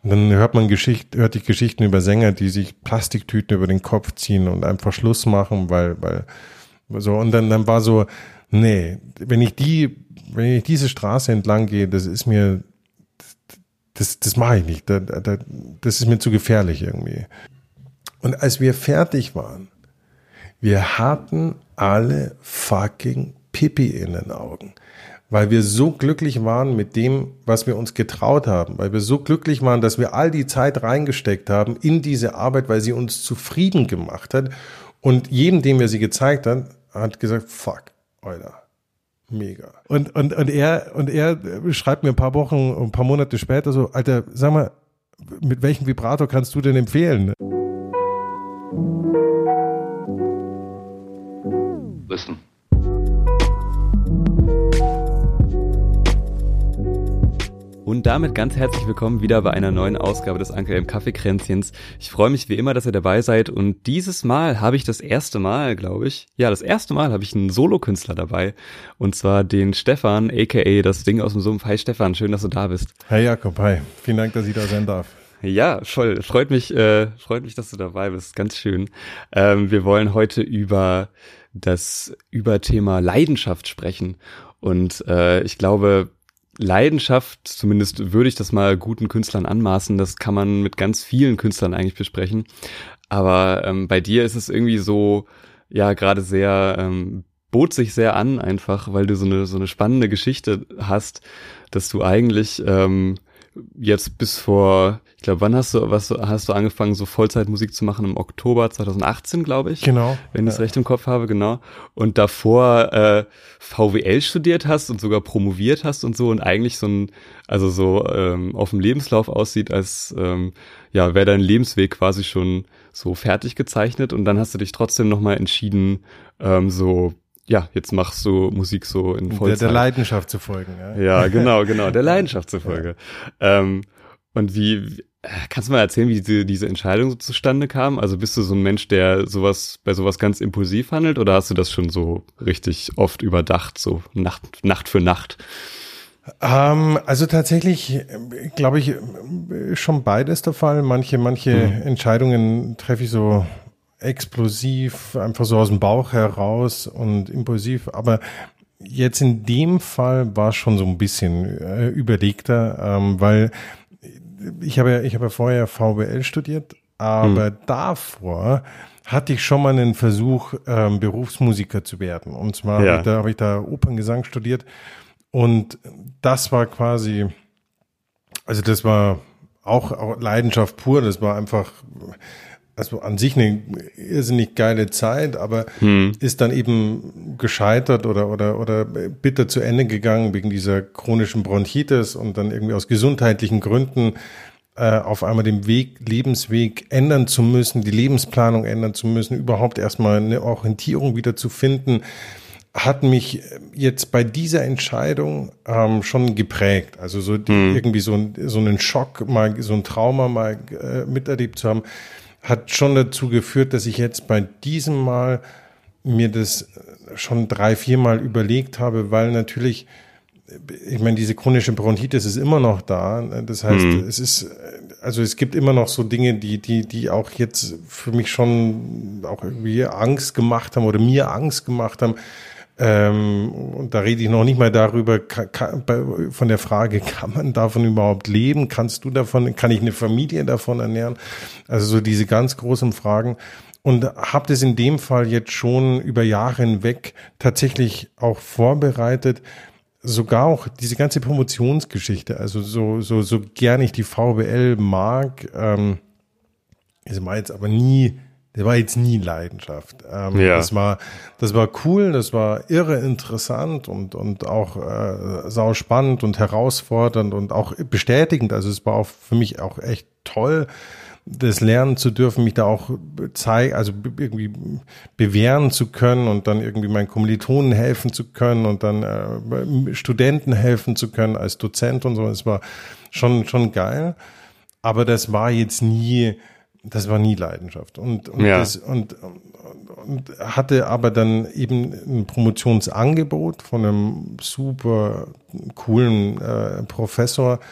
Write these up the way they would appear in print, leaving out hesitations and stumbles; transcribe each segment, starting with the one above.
Und dann hört die Geschichten über Sänger, die sich Plastiktüten über den Kopf ziehen und einfach Schluss machen, weil so, und dann war so, nee, wenn ich diese Straße entlang gehe, das mache ich nicht, das ist mir zu gefährlich irgendwie. Und als wir fertig waren, wir hatten alle fucking Pipi in den Augen. Weil wir so glücklich waren mit dem, was wir uns getraut haben, weil wir so glücklich waren, dass wir all die Zeit reingesteckt haben in diese Arbeit, weil sie uns zufrieden gemacht hat. Und jedem, dem wir sie gezeigt haben, hat gesagt, fuck, Alter, mega. Und er schreibt mir ein paar Monate später so, Alter, sag mal, mit welchem Vibrator kannst du denn empfehlen? Listen. Und damit ganz herzlich willkommen wieder bei einer neuen Ausgabe des Uncle M Kaffeekränzchens. Ich freue mich wie immer, dass ihr dabei seid und dieses Mal habe ich das erste Mal habe ich einen Solokünstler dabei und zwar den Stefan, aka das Ding aus dem Sumpf. Hi Stefan, schön, dass du da bist. Hi Jakob, hi. Vielen Dank, dass ich da sein darf. Ja, voll. Freut mich, dass du dabei bist. Ganz schön. Wir wollen heute über das Überthema Leidenschaft sprechen und ich glaube, Leidenschaft, zumindest würde ich das mal guten Künstlern anmaßen, das kann man mit ganz vielen Künstlern eigentlich besprechen, aber bei dir ist es irgendwie so, ja, gerade sehr, bot sich sehr an einfach, weil du so eine spannende Geschichte hast, dass du eigentlich jetzt bis vor, ich glaube, wann hast du angefangen, so Vollzeitmusik zu machen? Im Oktober 2018, glaube ich. Genau. Wenn ich es recht im Kopf habe, genau. Und davor VWL studiert hast und sogar promoviert hast und so und eigentlich auf dem Lebenslauf aussieht, als wäre dein Lebensweg quasi schon so fertig gezeichnet und dann hast du dich trotzdem nochmal entschieden, jetzt machst du Musik so in Vollzeit. Der Leidenschaft zu folgen. Ja, genau, der Leidenschaft zu folgen. Ja. Und wie, kannst du mal erzählen, wie diese Entscheidung so zustande kam? Also bist du so ein Mensch, der bei sowas ganz impulsiv handelt oder hast du das schon so richtig oft überdacht, so Nacht für Nacht? Also tatsächlich, glaube ich, schon beides der Fall. Manche Entscheidungen treffe ich so explosiv, einfach so aus dem Bauch heraus und impulsiv, aber jetzt in dem Fall war es schon so ein bisschen überlegter, weil ich habe ja vorher VWL studiert, aber davor hatte ich schon mal einen Versuch, Berufsmusiker zu werden. Und zwar habe ich da Operngesang studiert und das war quasi, also das war auch Leidenschaft pur, das war einfach, also an sich eine irrsinnig geile Zeit, aber ist dann eben gescheitert oder bitter zu Ende gegangen wegen dieser chronischen Bronchitis und dann irgendwie aus gesundheitlichen Gründen auf einmal den Lebensweg ändern zu müssen, die Lebensplanung ändern zu müssen, überhaupt erstmal eine Orientierung wieder zu finden, hat mich jetzt bei dieser Entscheidung schon geprägt. Also so irgendwie so einen Schock, mal so ein Trauma mal miterlebt zu haben, hat schon dazu geführt, dass ich jetzt bei diesem Mal mir das schon 3-4 Mal überlegt habe, weil natürlich, ich meine, diese chronische Bronchitis ist immer noch da. Das heißt, es gibt immer noch so Dinge, die auch jetzt für mich schon auch irgendwie Angst gemacht haben oder mir Angst gemacht haben. Und da rede ich noch nicht mal darüber, von der Frage, kann man davon überhaupt leben? Kann ich eine Familie davon ernähren? Also so diese ganz großen Fragen. Und habe das in dem Fall jetzt schon über Jahre hinweg tatsächlich auch vorbereitet. Sogar auch diese ganze Promotionsgeschichte, also so gern ich die VWL mag, das war jetzt nie Leidenschaft. Das war cool, das war irre interessant und auch sau spannend und herausfordernd und auch bestätigend. Also es war auch für mich auch echt toll, das lernen zu dürfen, mich da auch irgendwie bewähren zu können und dann irgendwie meinen Kommilitonen helfen zu können und dann Studenten helfen zu können als Dozent und so. Es war schon geil, aber das war nie Leidenschaft und hatte aber dann eben ein Promotionsangebot von einem super coolen Professor,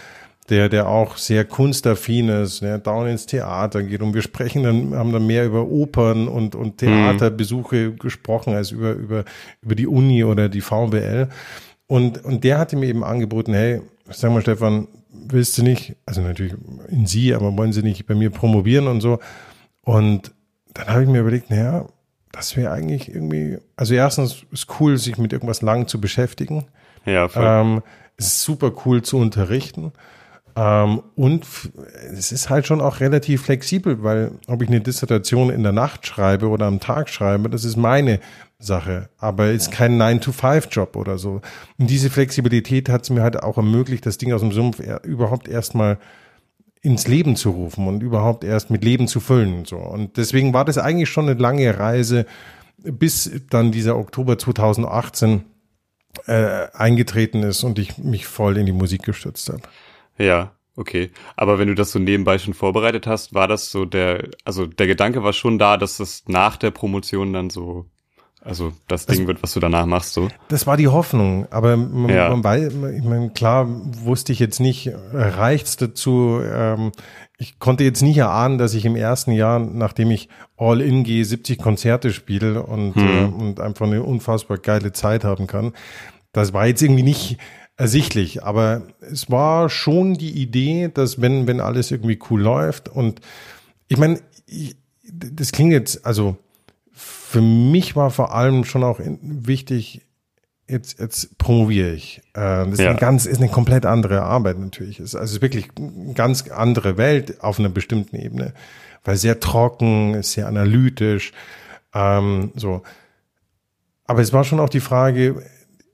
der auch sehr kunstaffin ist, der dauernd ins Theater geht und wir haben dann mehr über Opern und Theaterbesuche gesprochen als über die Uni oder die VWL und der hatte mir eben angeboten, hey, sag mal Stefan, willst du nicht, also natürlich in Sie, aber wollen Sie nicht bei mir promovieren und so und dann habe ich mir überlegt, naja, das wäre eigentlich irgendwie, also erstens ist cool, sich mit irgendwas lang zu beschäftigen. Ja, voll. Es ist super cool zu unterrichten. Und es ist halt schon auch relativ flexibel, weil ob ich eine Dissertation in der Nacht schreibe oder am Tag schreibe, das ist meine Sache. Aber es ist kein 9-to-5-Job oder so. Und diese Flexibilität hat es mir halt auch ermöglicht, das Ding aus dem Sumpf überhaupt erstmal ins Leben zu rufen und überhaupt erst mit Leben zu füllen. So. Und deswegen war das eigentlich schon eine lange Reise, bis dann dieser Oktober 2018 eingetreten ist und ich mich voll in die Musik gestürzt habe. Ja, okay. Aber wenn du das so nebenbei schon vorbereitet hast, war das so der Gedanke war schon da, dass das nach der Promotion dann so, also das Ding wird, was du danach machst, so? Das war die Hoffnung, aber man weiß, ich meine, klar wusste ich jetzt nicht, reicht's dazu, ich konnte jetzt nicht erahnen, dass ich im ersten Jahr, nachdem ich all in gehe, 70 Konzerte spiele und einfach eine unfassbar geile Zeit haben kann. Das war jetzt irgendwie nicht ersichtlich, aber es war schon die Idee, dass wenn alles irgendwie cool läuft und ich meine, das klingt jetzt, also für mich war vor allem schon auch wichtig, jetzt promoviere ich. Das ist eine komplett andere Arbeit natürlich. Es ist wirklich eine ganz andere Welt auf einer bestimmten Ebene, weil sehr trocken, sehr analytisch, so. Aber es war schon auch die Frage,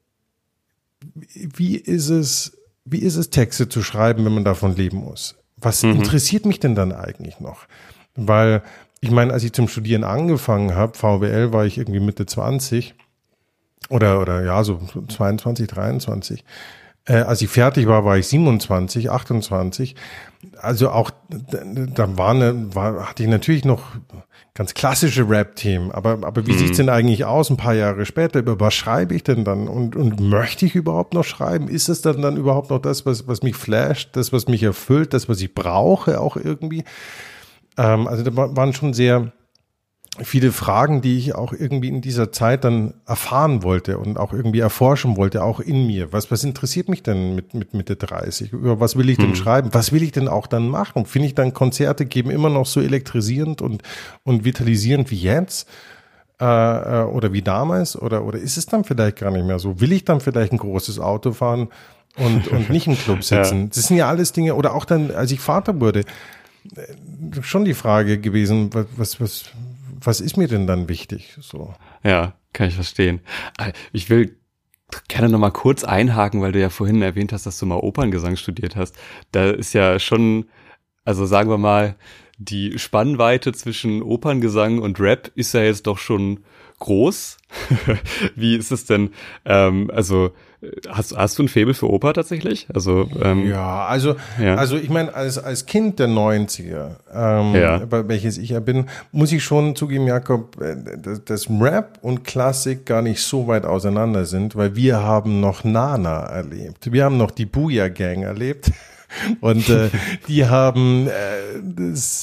wie ist es Texte zu schreiben, wenn man davon leben muss? Was interessiert mich denn dann eigentlich noch? Weil, ich meine, als ich zum Studieren angefangen habe, VWL, war ich irgendwie Mitte 20 oder ja, so 22, 23. Als ich fertig war ich 27, 28. Also auch, da hatte ich natürlich noch ganz klassische Rap-Themen. Aber wie sieht's denn eigentlich aus ein paar Jahre später? Über was schreibe ich denn dann? Und möchte ich überhaupt noch schreiben? Ist es dann überhaupt noch das, was mich flasht, das, was mich erfüllt, das, was ich brauche auch irgendwie? Also da waren schon sehr viele Fragen, die ich auch irgendwie in dieser Zeit dann erfahren wollte und auch irgendwie erforschen wollte, auch in mir. Was interessiert mich denn mit Mitte 30? Über was will ich denn schreiben? Was will ich denn auch dann machen? Finde ich dann Konzerte geben immer noch so elektrisierend und vitalisierend wie jetzt? Oder wie damals? Oder ist es dann vielleicht gar nicht mehr so? Will ich dann vielleicht ein großes Auto fahren und nicht im Club sitzen? Ja. Das sind ja alles Dinge, oder auch dann, als ich Vater wurde, schon die Frage gewesen, was ist mir denn dann wichtig? So. Ja, kann ich verstehen. Ich will gerne noch mal kurz einhaken, weil du ja vorhin erwähnt hast, dass du mal Operngesang studiert hast. Da ist ja schon, also sagen wir mal, die Spannweite zwischen Operngesang und Rap ist ja jetzt doch schon groß. Wie ist es denn? Also hast du ein Faible für Oper tatsächlich? Also also ich meine, als Kind der 90er, bei welches ich ja bin, muss ich schon zugeben, Jakob, dass Rap und Klassik gar nicht so weit auseinander sind, weil wir haben noch Nana erlebt. Wir haben noch die Booyah Gang erlebt. Und die haben das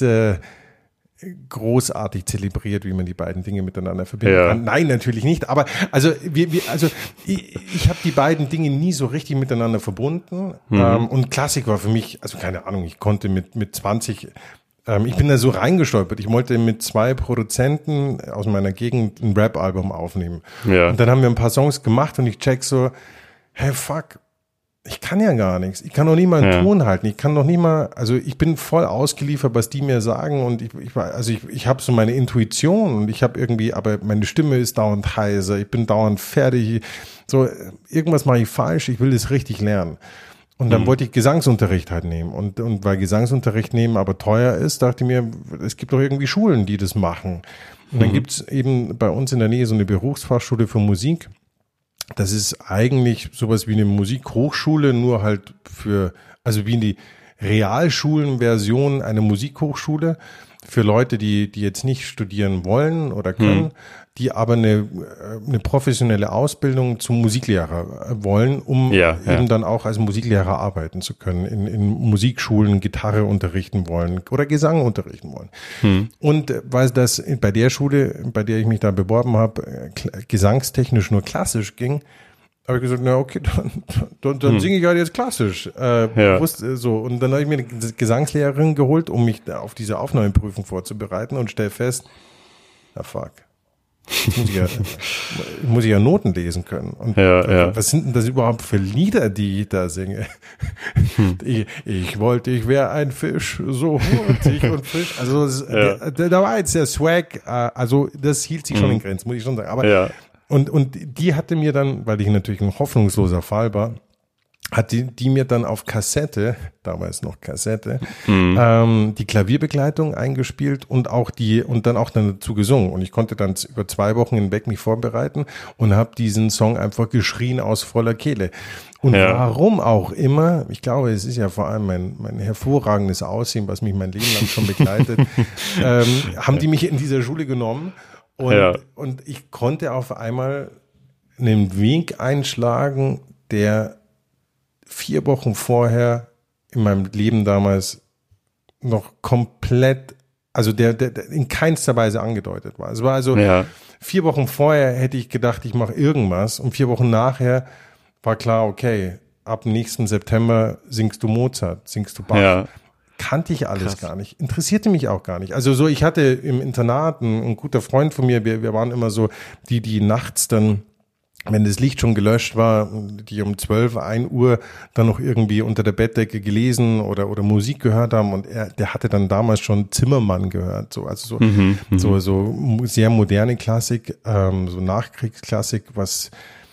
großartig zelebriert, wie man die beiden Dinge miteinander verbinden kann. Nein, natürlich nicht. Aber also ich habe die beiden Dinge nie so richtig miteinander verbunden. Und Klassik war für mich, also keine Ahnung, ich konnte mit 20 ich bin da so reingestolpert. Ich wollte mit 2 Produzenten aus meiner Gegend ein Rap-Album aufnehmen. Ja. Und dann haben wir ein paar Songs gemacht und ich check so, hey, fuck, ich kann ja gar nichts. Ich kann noch nie mal einen Ton halten. Ich kann noch nie mal, also ich bin voll ausgeliefert, was die mir sagen und ich habe so meine Intuition und ich habe irgendwie, aber meine Stimme ist dauernd heiser. Ich bin dauernd fertig. So, irgendwas mache ich falsch. Ich will das richtig lernen. Und dann wollte ich Gesangsunterricht halt nehmen. Und weil Gesangsunterricht nehmen aber teuer ist, dachte ich mir, es gibt doch irgendwie Schulen, die das machen. Und dann gibt's eben bei uns in der Nähe so eine Berufsfachschule für Musik. Das ist eigentlich sowas wie eine Musikhochschule, nur halt also wie Realschulenversion einer Musikhochschule für Leute, die jetzt nicht studieren wollen oder können, die aber eine professionelle Ausbildung zum Musiklehrer wollen, um eben dann auch als Musiklehrer arbeiten zu können, in Musikschulen Gitarre unterrichten wollen oder Gesang unterrichten wollen. Und weil das bei der Schule, bei der ich mich da beworben habe, gesangstechnisch nur klassisch ging, habe ich gesagt, na okay, dann singe ich halt jetzt klassisch. So. Und dann habe ich mir eine Gesangslehrerin geholt, um mich da auf diese Aufnahmeprüfung vorzubereiten und stell fest, na fuck. Muss ich ja Noten lesen können. Und was sind denn das überhaupt für Lieder, die ich da singe? Ich wollte, ich wäre ein Fisch, so hurtig und frisch. Also da war jetzt der Swag, also das hielt sich schon in Grenzen, muss ich schon sagen. Aber und die hatte mir dann, weil ich natürlich ein hoffnungsloser Fall war, hat die mir dann auf Kassette, damals noch Kassette, die Klavierbegleitung eingespielt und dann dazu gesungen. Und ich konnte dann über 2 Wochen hinweg mich vorbereiten und habe diesen Song einfach geschrien aus voller Kehle. Und warum auch immer, ich glaube, es ist ja vor allem mein hervorragendes Aussehen, was mich mein Leben lang schon begleitet, haben die mich in dieser Schule genommen. Und ich konnte auf einmal einen Weg einschlagen, der 4 Wochen vorher in meinem Leben damals noch komplett, also der in keinster Weise angedeutet war. Es war also 4 Wochen vorher hätte ich gedacht, ich mache irgendwas, und 4 Wochen nachher war klar, okay, ab nächsten September singst du Mozart, singst du Bach. Ja. Kannte ich alles gar nicht, interessierte mich auch gar nicht. Also so, ich hatte im Internat ein guter Freund von mir, wir waren immer so, die nachts dann, wenn das Licht schon gelöscht war, die um 12, 1 Uhr dann noch irgendwie unter der Bettdecke gelesen oder Musik gehört haben, und der hatte dann damals schon Zimmermann gehört, so, also so sehr moderne Klassik, so Nachkriegsklassik, was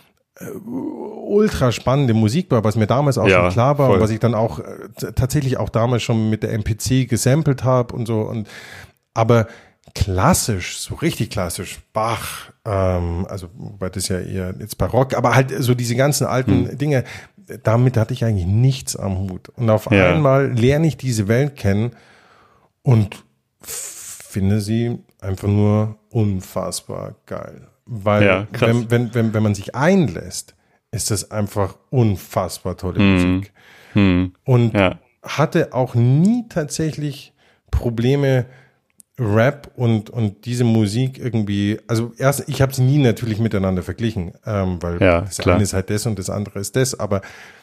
ultra spannende Musik war, was mir damals auch schon klar war, und was ich dann auch tatsächlich auch damals schon mit der MPC gesampelt habe und so, aber klassisch, so richtig klassisch, Bach, also weil das ja eher jetzt Barock, aber halt so diese ganzen alten Dinge, damit hatte ich eigentlich nichts am Hut. Und auf einmal lerne ich diese Welt kennen und finde sie einfach nur unfassbar geil. Weil wenn man sich einlässt, ist das einfach unfassbar tolle Musik. Und hatte auch nie tatsächlich Probleme, Rap und diese Musik irgendwie, also erst, ich habe sie nie natürlich miteinander verglichen, weil das eine ist halt das und das andere ist das, aber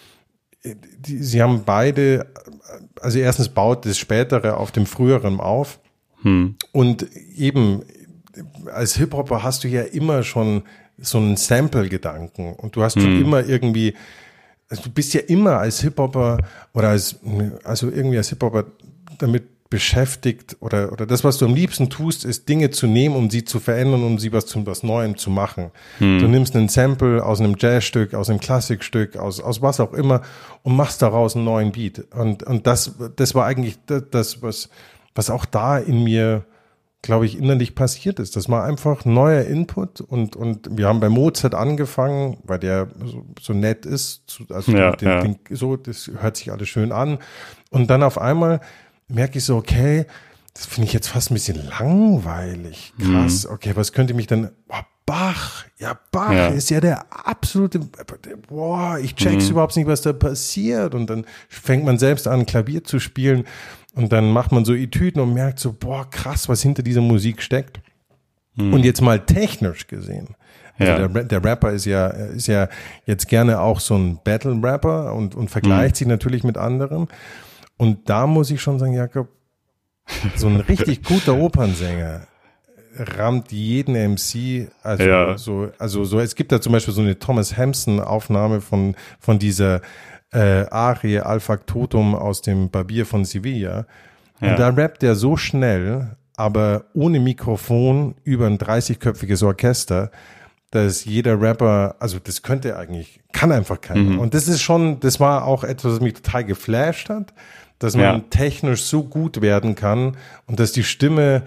sie haben beide, also erstens baut das Spätere auf dem Früheren auf, und eben als Hip-Hopper hast du ja immer schon so einen Sample-Gedanken, und du hast schon immer irgendwie, also du bist ja immer als Hip-Hopper oder als Hip-Hopper damit beschäftigt, oder das, was du am liebsten tust, ist Dinge zu nehmen, um sie zu verändern, um sie zu was Neuem zu machen. Du nimmst einen Sample aus einem Jazzstück, aus einem Klassikstück, aus was auch immer, und machst daraus einen neuen Beat. Und das war eigentlich das, was auch da in mir, glaube ich, innerlich passiert ist. Das war einfach neuer Input, und wir haben bei Mozart angefangen, weil der so nett ist, also so, das hört sich alles schön an, und dann auf einmal merke ich so, okay, das finde ich jetzt fast ein bisschen langweilig. Krass, okay, was könnte mich denn, Bach ist ja der absolute, ich check's überhaupt nicht, was da passiert, und dann fängt man selbst an, Klavier zu spielen, und dann macht man so Etüden und merkt so, krass, was hinter dieser Musik steckt. Und jetzt mal technisch gesehen, also der Rapper ist ja jetzt gerne auch so ein Battle-Rapper und vergleicht sich natürlich mit anderen. Und da muss ich schon sagen, Jakob, so ein richtig guter Opernsänger rammt jeden MC, also es gibt da zum Beispiel so eine Thomas Hampson Aufnahme von dieser Arie Al Factotum aus dem Barbier von Sevilla. Und da rappt er so schnell, aber ohne Mikrofon über ein 30-köpfiges Orchester, dass jeder Rapper, also das kann einfach keiner. Und das war auch etwas, was mich total geflasht hat, dass man technisch so gut werden kann und dass die Stimme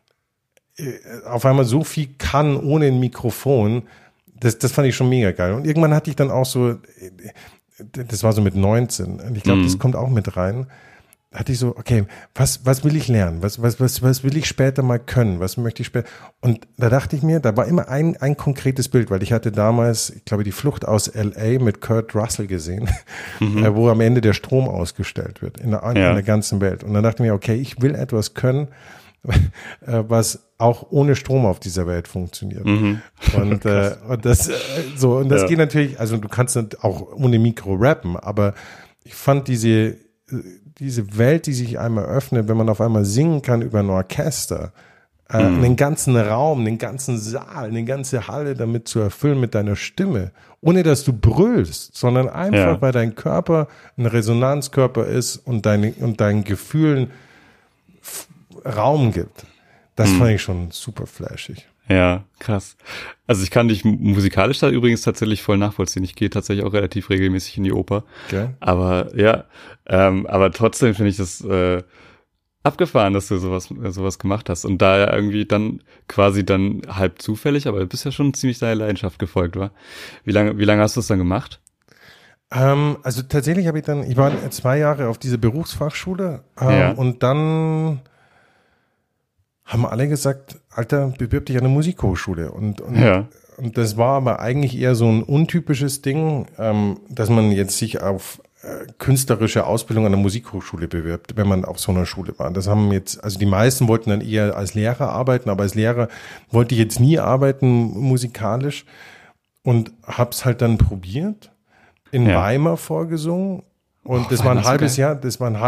auf einmal so viel kann ohne ein Mikrofon. Das fand ich schon mega geil. Und irgendwann hatte ich dann auch so, das war so mit 19, und ich glaube, das kommt auch mit rein, hatte ich so, okay, was will ich lernen? Was will ich später mal können? Was möchte ich später? Und da dachte ich mir, da war immer ein konkretes Bild, weil ich hatte damals, ich glaube, die Flucht aus LA mit Kurt Russell gesehen, wo am Ende der Strom ausgestellt wird in der ganzen Welt. Und dann dachte ich mir, okay, ich will etwas können, was auch ohne Strom auf dieser Welt funktioniert. Und das geht natürlich, also du kannst auch ohne Mikro rappen, aber ich fand diese Welt, die sich einmal öffnet, wenn man auf einmal singen kann über ein Orchester, einen ganzen Raum, den ganzen Saal, eine ganze Halle damit zu erfüllen mit deiner Stimme, ohne dass du brüllst, sondern einfach, weil dein Körper ein Resonanzkörper ist und deinen Gefühlen Raum gibt. Das fand ich schon super flashig. Ja, krass. Also ich kann dich musikalisch da übrigens tatsächlich voll nachvollziehen. Ich gehe tatsächlich auch relativ regelmäßig in die Oper. Okay. Aber aber trotzdem finde ich das abgefahren, dass du sowas gemacht hast. Und da ja irgendwie dann quasi dann halb zufällig, aber du bist ja schon ziemlich deiner Leidenschaft gefolgt, war. Wie lange hast du das dann gemacht? Also tatsächlich ich war 2 Jahre auf diese Berufsfachschule und dann haben alle gesagt, Alter, bewirb dich an eine Musikhochschule. Und das war aber eigentlich eher so ein untypisches Ding, dass man jetzt sich auf künstlerische Ausbildung an der Musikhochschule bewirbt, wenn man auf so einer Schule war. Das haben jetzt, also die meisten wollten dann eher als Lehrer arbeiten, aber als Lehrer wollte ich jetzt nie arbeiten musikalisch und hab's halt dann probiert, in Weimar vorgesungen. Und das war ein halbes Jahr,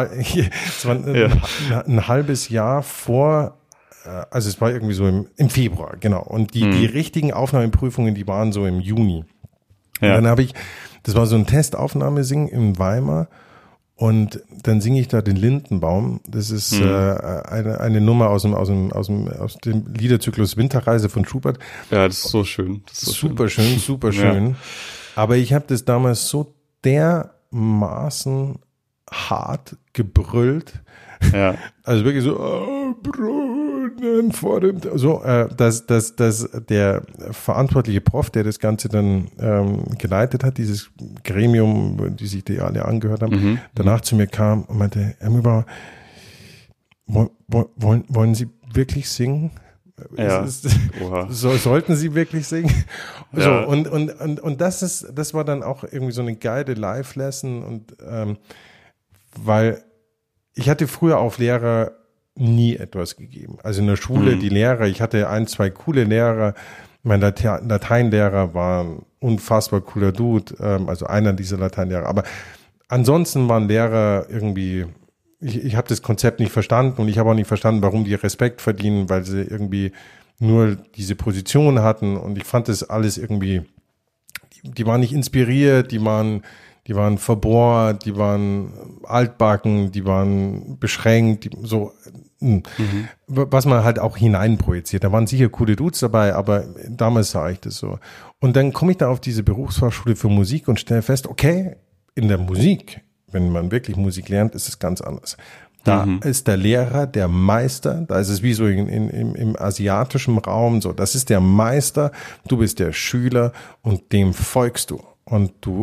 ein halbes Jahr vor, also es war irgendwie so im Februar, genau. Und die richtigen Aufnahmeprüfungen, die waren so im Juni. Ja. Und dann das war so ein Testaufnahmesingen in Weimar und dann singe ich da den Lindenbaum. Das ist eine Nummer aus dem Liederzyklus Winterreise von Schubert. Ja, das ist so schön. Das ist super schön. Ja. Aber ich habe das damals so dermaßen hart gebrüllt. Ja. Also wirklich so, Brunnen vor dem, so, dass der verantwortliche Prof, der das Ganze dann geleitet hat, dieses Gremium, die sich die alle angehört haben, danach zu mir kam und meinte, Herr Mühlbauer, wollen Sie wirklich singen? Ja. Sollten Sie wirklich singen? Ja. So, und das war dann auch irgendwie so eine geile Live-Lesson und weil ich hatte früher auf Lehrer nie etwas gegeben. Also in der Schule, die Lehrer, ich hatte 1, 2 coole Lehrer. Mein Lateinlehrer war ein unfassbar cooler Dude, also einer dieser Lateinlehrer. Aber ansonsten waren Lehrer irgendwie, ich habe das Konzept nicht verstanden und ich habe auch nicht verstanden, warum die Respekt verdienen, weil sie irgendwie nur diese Position hatten und ich fand das alles irgendwie, die waren nicht inspiriert, die waren verbohrt, die waren altbacken, die waren beschränkt, was man halt auch hineinprojiziert. Da waren sicher coole Dudes dabei, aber damals sah ich das so. Und dann komme ich da auf diese Berufsfachschule für Musik und stelle fest, okay, in der Musik, wenn man wirklich Musik lernt, ist es ganz anders. Da ist der Lehrer der Meister, da ist es wie so im asiatischen Raum so, das ist der Meister, du bist der Schüler und dem folgst du. Und du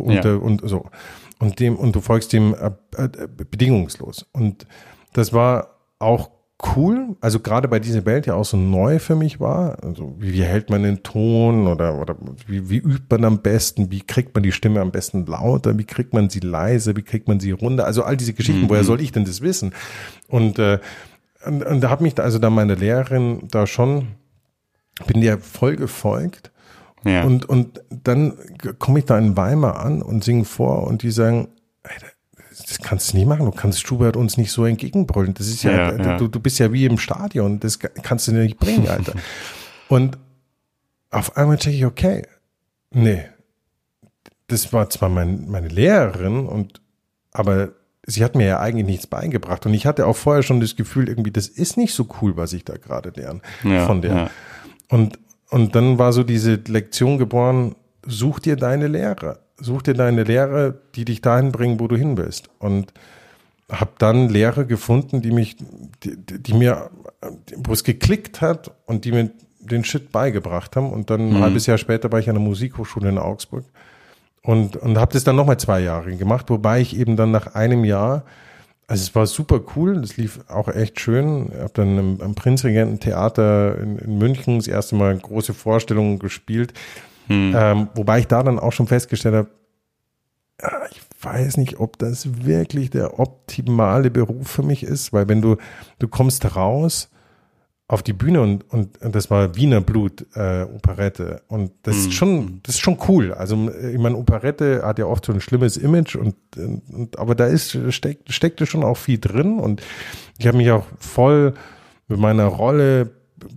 folgst dem bedingungslos. Und das war auch cool, also gerade bei dieser Welt ja auch so neu für mich war. Also wie hält man den Ton oder wie übt man am besten, wie kriegt man die Stimme am besten lauter, wie kriegt man sie leise, wie kriegt man sie runter, also all diese Geschichten, woher soll ich denn das wissen? Und da hat mich da meine Lehrerin da schon, bin der voll gefolgt. Ja. Und dann komme ich da in Weimar an und singe vor und die sagen, ey, das kannst du nicht machen, du kannst Schubert uns nicht so entgegenbrüllen. Das ist Du bist ja wie im Stadion, das kannst du nicht bringen, Alter. Und auf einmal checke ich, okay, nee, das war zwar meine Lehrerin aber sie hat mir ja eigentlich nichts beigebracht und ich hatte auch vorher schon das Gefühl, irgendwie, das ist nicht so cool, was ich da gerade lerne von der. Ja. Und dann war so diese Lektion geboren, such dir deine Lehrer, die dich dahin bringen, wo du hin willst. Und habe dann Lehrer gefunden, die mir, wo es geklickt hat und die mir den Shit beigebracht haben. Und dann ein halbes Jahr später war ich an der Musikhochschule in Augsburg und habe das dann nochmal 2 Jahre gemacht, wobei ich eben dann nach einem Jahr Also es war super cool, das lief auch echt schön. Ich habe dann am Prinzregententheater in München das erste Mal große Vorstellungen gespielt, wobei ich da dann auch schon festgestellt habe, ich weiß nicht, ob das wirklich der optimale Beruf für mich ist, weil wenn du kommst raus auf die Bühne und das war Wiener Blut, Operette, und das ist schon cool. Also ich meine, Operette hat ja oft so ein schlimmes Image aber da steckte schon auch viel drin, und ich habe mich auch voll mit meiner Rolle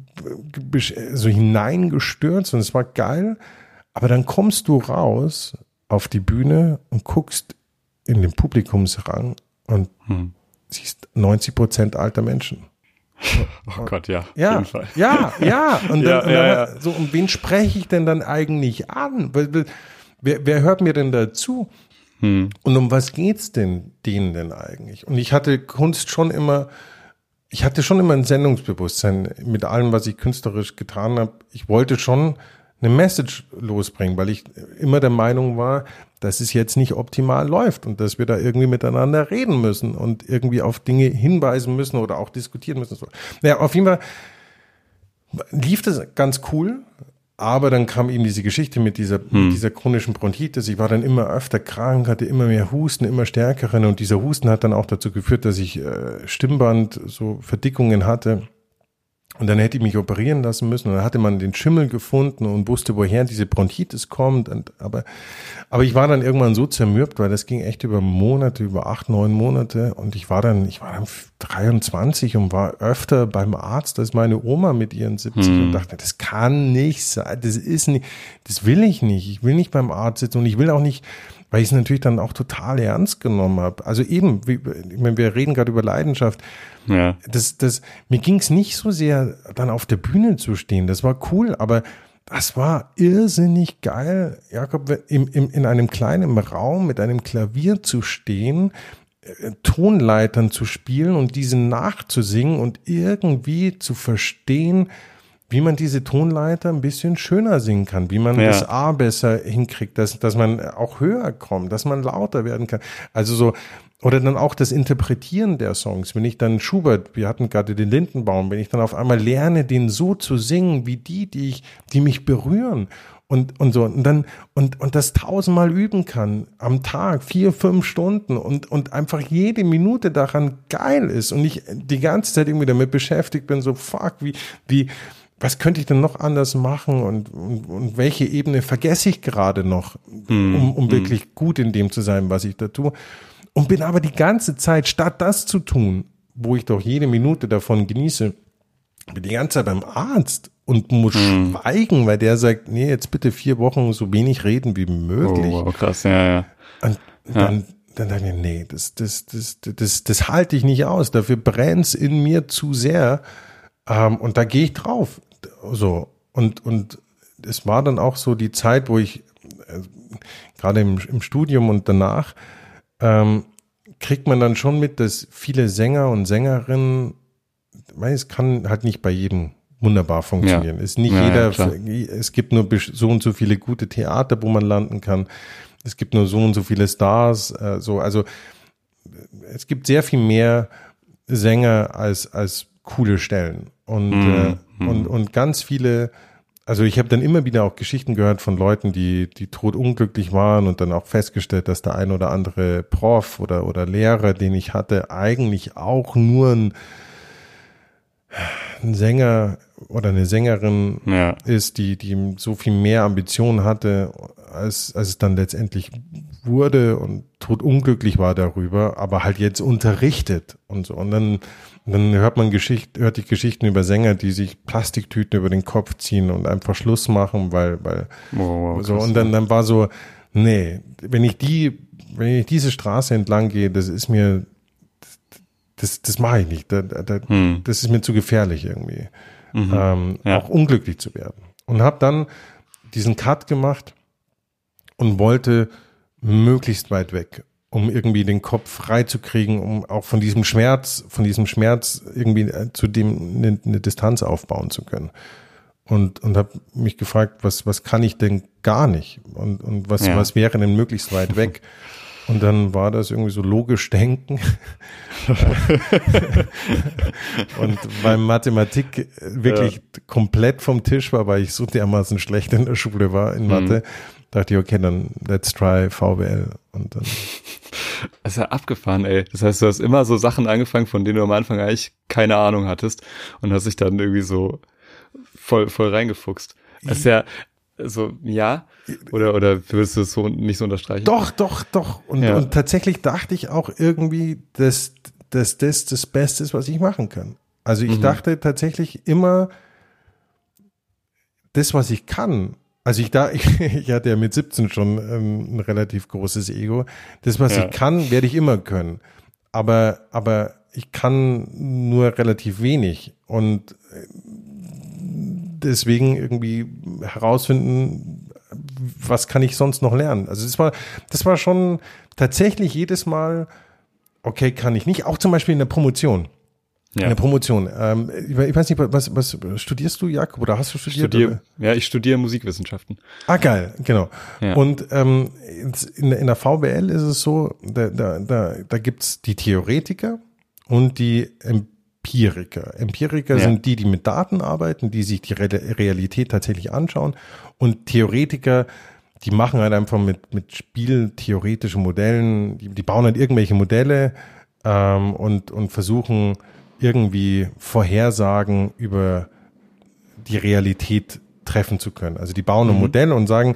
so hineingestürzt und es war geil, aber dann kommst du raus auf die Bühne und guckst in den Publikumsrang und siehst 90% alter Menschen. Oh Gott, ja. Auf Ja, jeden Fall. ja. Und dann, so, und wen spreche ich denn dann eigentlich an? Wer hört mir denn dazu? Und um was geht's denen denn eigentlich? Und ich hatte schon immer ein Sendungsbewusstsein mit allem, was ich künstlerisch getan habe. Ich wollte schon eine Message losbringen, weil ich immer der Meinung war, dass es jetzt nicht optimal läuft und dass wir da irgendwie miteinander reden müssen und irgendwie auf Dinge hinweisen müssen oder auch diskutieren müssen. Naja, auf jeden Fall lief das ganz cool, aber dann kam eben diese Geschichte mit dieser chronischen Bronchitis. Ich war dann immer öfter krank, hatte immer mehr Husten, immer stärkeren, und dieser Husten hat dann auch dazu geführt, dass ich Stimmband, so Verdickungen hatte. Und dann hätte ich mich operieren lassen müssen, und dann hatte man den Schimmel gefunden und wusste, woher diese Bronchitis kommt. Aber ich war dann irgendwann so zermürbt, weil das ging echt über Monate, über 8, 9 Monate. Und ich war dann 23 und war öfter beim Arzt als meine Oma mit ihren 70 und dachte, das kann nicht sein, das will ich nicht. Ich will nicht beim Arzt sitzen, und ich will auch nicht, weil ich es natürlich dann auch total ernst genommen habe. Also eben, ich meine, wir reden gerade über Leidenschaft. Ja. Mir ging es nicht so sehr, dann auf der Bühne zu stehen. Das war cool, aber das war irrsinnig geil, Jakob, in einem kleinen Raum mit einem Klavier zu stehen, Tonleitern zu spielen und diese nachzusingen und irgendwie zu verstehen, wie man diese Tonleiter ein bisschen schöner singen kann, wie man das A besser hinkriegt, dass man auch höher kommt, dass man lauter werden kann. Also so, oder dann auch das Interpretieren der Songs. Wenn ich dann Schubert, wir hatten gerade den Lindenbaum, wenn ich dann auf einmal lerne, den so zu singen, wie die mich berühren und so, und dann, und das 1000-mal üben kann am Tag, 4, 5 Stunden und einfach jede Minute daran geil ist und ich die ganze Zeit irgendwie damit beschäftigt bin, so fuck, was könnte ich denn noch anders machen und welche Ebene vergesse ich gerade noch, um wirklich gut in dem zu sein, was ich da tue. Und bin aber die ganze Zeit, statt das zu tun, wo ich doch jede Minute davon genieße, bin die ganze Zeit beim Arzt und muss schweigen, weil der sagt, nee, jetzt bitte 4 Wochen so wenig reden wie möglich. Oh, krass, ja. Und dann dachte ich mir, nee, das halte ich nicht aus, dafür brennt's in mir zu sehr, und da gehe ich drauf. So, und es war dann auch so die Zeit, wo ich gerade im Studium und danach kriegt man dann schon mit, dass viele Sänger und Sängerinnen, es kann halt nicht bei jedem wunderbar funktionieren. Ist nicht jeder, es gibt nur so und so viele gute Theater, wo man landen kann. Es gibt nur so und so viele Stars, also es gibt sehr viel mehr Sänger als coole Stellen und ganz viele. Also ich habe dann immer wieder auch Geschichten gehört von Leuten, die todunglücklich waren und dann auch festgestellt, dass der ein oder andere Prof oder Lehrer, den ich hatte, eigentlich auch nur ein Sänger oder eine Sängerin ist, die so viel mehr Ambitionen hatte, als es dann letztendlich wurde und todunglücklich war darüber, aber halt jetzt unterrichtet und so. Und dann hörte ich Geschichten über Sänger, die sich Plastiktüten über den Kopf ziehen und einfach Schluss machen, weil so. Und dann war so, nee, wenn ich diese Straße entlang gehe, das ist mir, das mache ich nicht. Das ist mir zu gefährlich irgendwie, auch unglücklich zu werden. Und habe dann diesen Cut gemacht und wollte möglichst weit weg, um irgendwie den Kopf frei zu kriegen, um auch von diesem Schmerz irgendwie zu dem eine Distanz aufbauen zu können. Und habe mich gefragt, was kann ich denn gar nicht? Und was wäre denn möglichst weit weg? Und dann war das irgendwie so logisch denken. Und weil Mathematik wirklich komplett vom Tisch war, weil ich so dermaßen schlecht in der Schule war in Mathe, dachte ich, okay, dann let's try VWL. Und dann. Das ist ja abgefahren, ey. Das heißt, du hast immer so Sachen angefangen, von denen du am Anfang eigentlich keine Ahnung hattest und hast dich dann irgendwie so voll reingefuchst. Das ist ja so, ja? Oder würdest du es so nicht so unterstreichen? Doch. Und tatsächlich dachte ich auch irgendwie, dass das Beste ist, was ich machen kann. Also ich dachte tatsächlich immer, das, was ich kann, also ich hatte ja mit 17 schon ein relativ großes Ego, das, was ich kann, werde ich immer können. Aber ich kann nur relativ wenig und deswegen irgendwie herausfinden, was kann ich sonst noch lernen. Also das war schon tatsächlich jedes Mal, okay, kann ich nicht. Auch zum Beispiel in der Promotion. Ja. In der Promotion. Ich weiß nicht, was studierst du, Jakob, oder hast du studiert? Ich studiere Musikwissenschaften. Ah, geil, genau. Ja. Und in der VWL ist es so, da gibt's die Theoretiker und die Empiriker. Empiriker sind die mit Daten arbeiten, die sich die Realität tatsächlich anschauen. Und Theoretiker, die machen halt einfach mit spieltheoretischen Modellen, die bauen halt irgendwelche Modelle und versuchen irgendwie Vorhersagen über die Realität treffen zu können. Also die bauen ein Modell und sagen,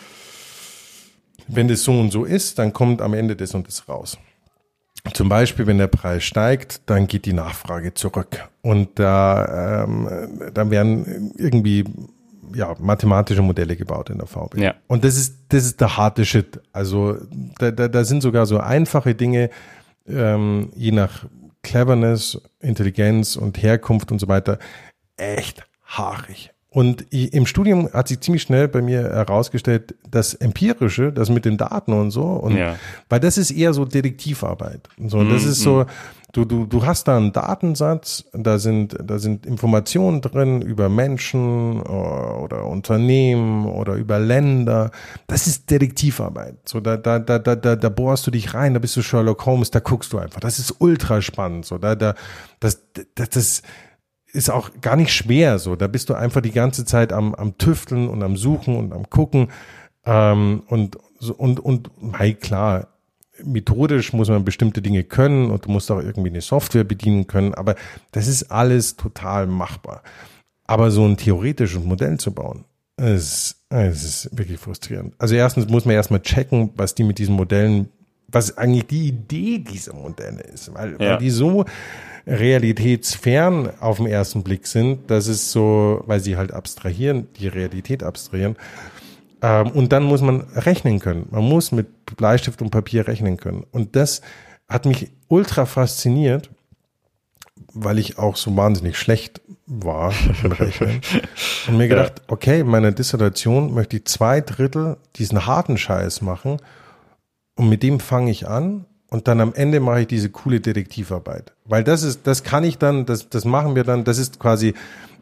wenn das so und so ist, dann kommt am Ende das und das raus. Zum Beispiel, wenn der Preis steigt, dann geht die Nachfrage zurück. Und da werden irgendwie mathematische Modelle gebaut in der VW. Ja. Und das ist der harte Shit. Also da sind sogar so einfache Dinge, je nach Cleverness, Intelligenz und Herkunft und so weiter, echt haarig. Und im Studium hat sich ziemlich schnell bei mir herausgestellt, das Empirische, das mit den Daten und so, und weil das ist eher so Detektivarbeit. Und so, das ist so, du hast da einen Datensatz, da sind Informationen drin über Menschen oder Unternehmen oder über Länder. Das ist Detektivarbeit. So, da bohrst du dich rein, da bist du Sherlock Holmes, da guckst du einfach. Das ist ultra spannend. So, das ist auch gar nicht schwer, so. Da bist du einfach die ganze Zeit am Tüfteln und am Suchen und am Gucken, und klar, methodisch muss man bestimmte Dinge können und du musst auch irgendwie eine Software bedienen können, aber das ist alles total machbar. Aber so ein theoretisches Modell zu bauen, es ist wirklich frustrierend. Also erstens muss man erstmal checken, was die mit diesen Modellen, was eigentlich die Idee dieser Modelle ist, weil die so realitätsfern auf den ersten Blick sind, das ist so, weil sie halt abstrahieren, die Realität abstrahieren. Und dann muss man rechnen können. Man muss mit Bleistift und Papier rechnen können. Und das hat mich ultra fasziniert, weil ich auch so wahnsinnig schlecht war im Rechnen. Und mir gedacht, okay, in meiner Dissertation möchte ich 2/3 diesen harten Scheiß machen. Und mit dem fange ich an. Und dann am Ende mache ich diese coole Detektivarbeit. Weil das kann ich dann, das machen wir dann, das ist quasi,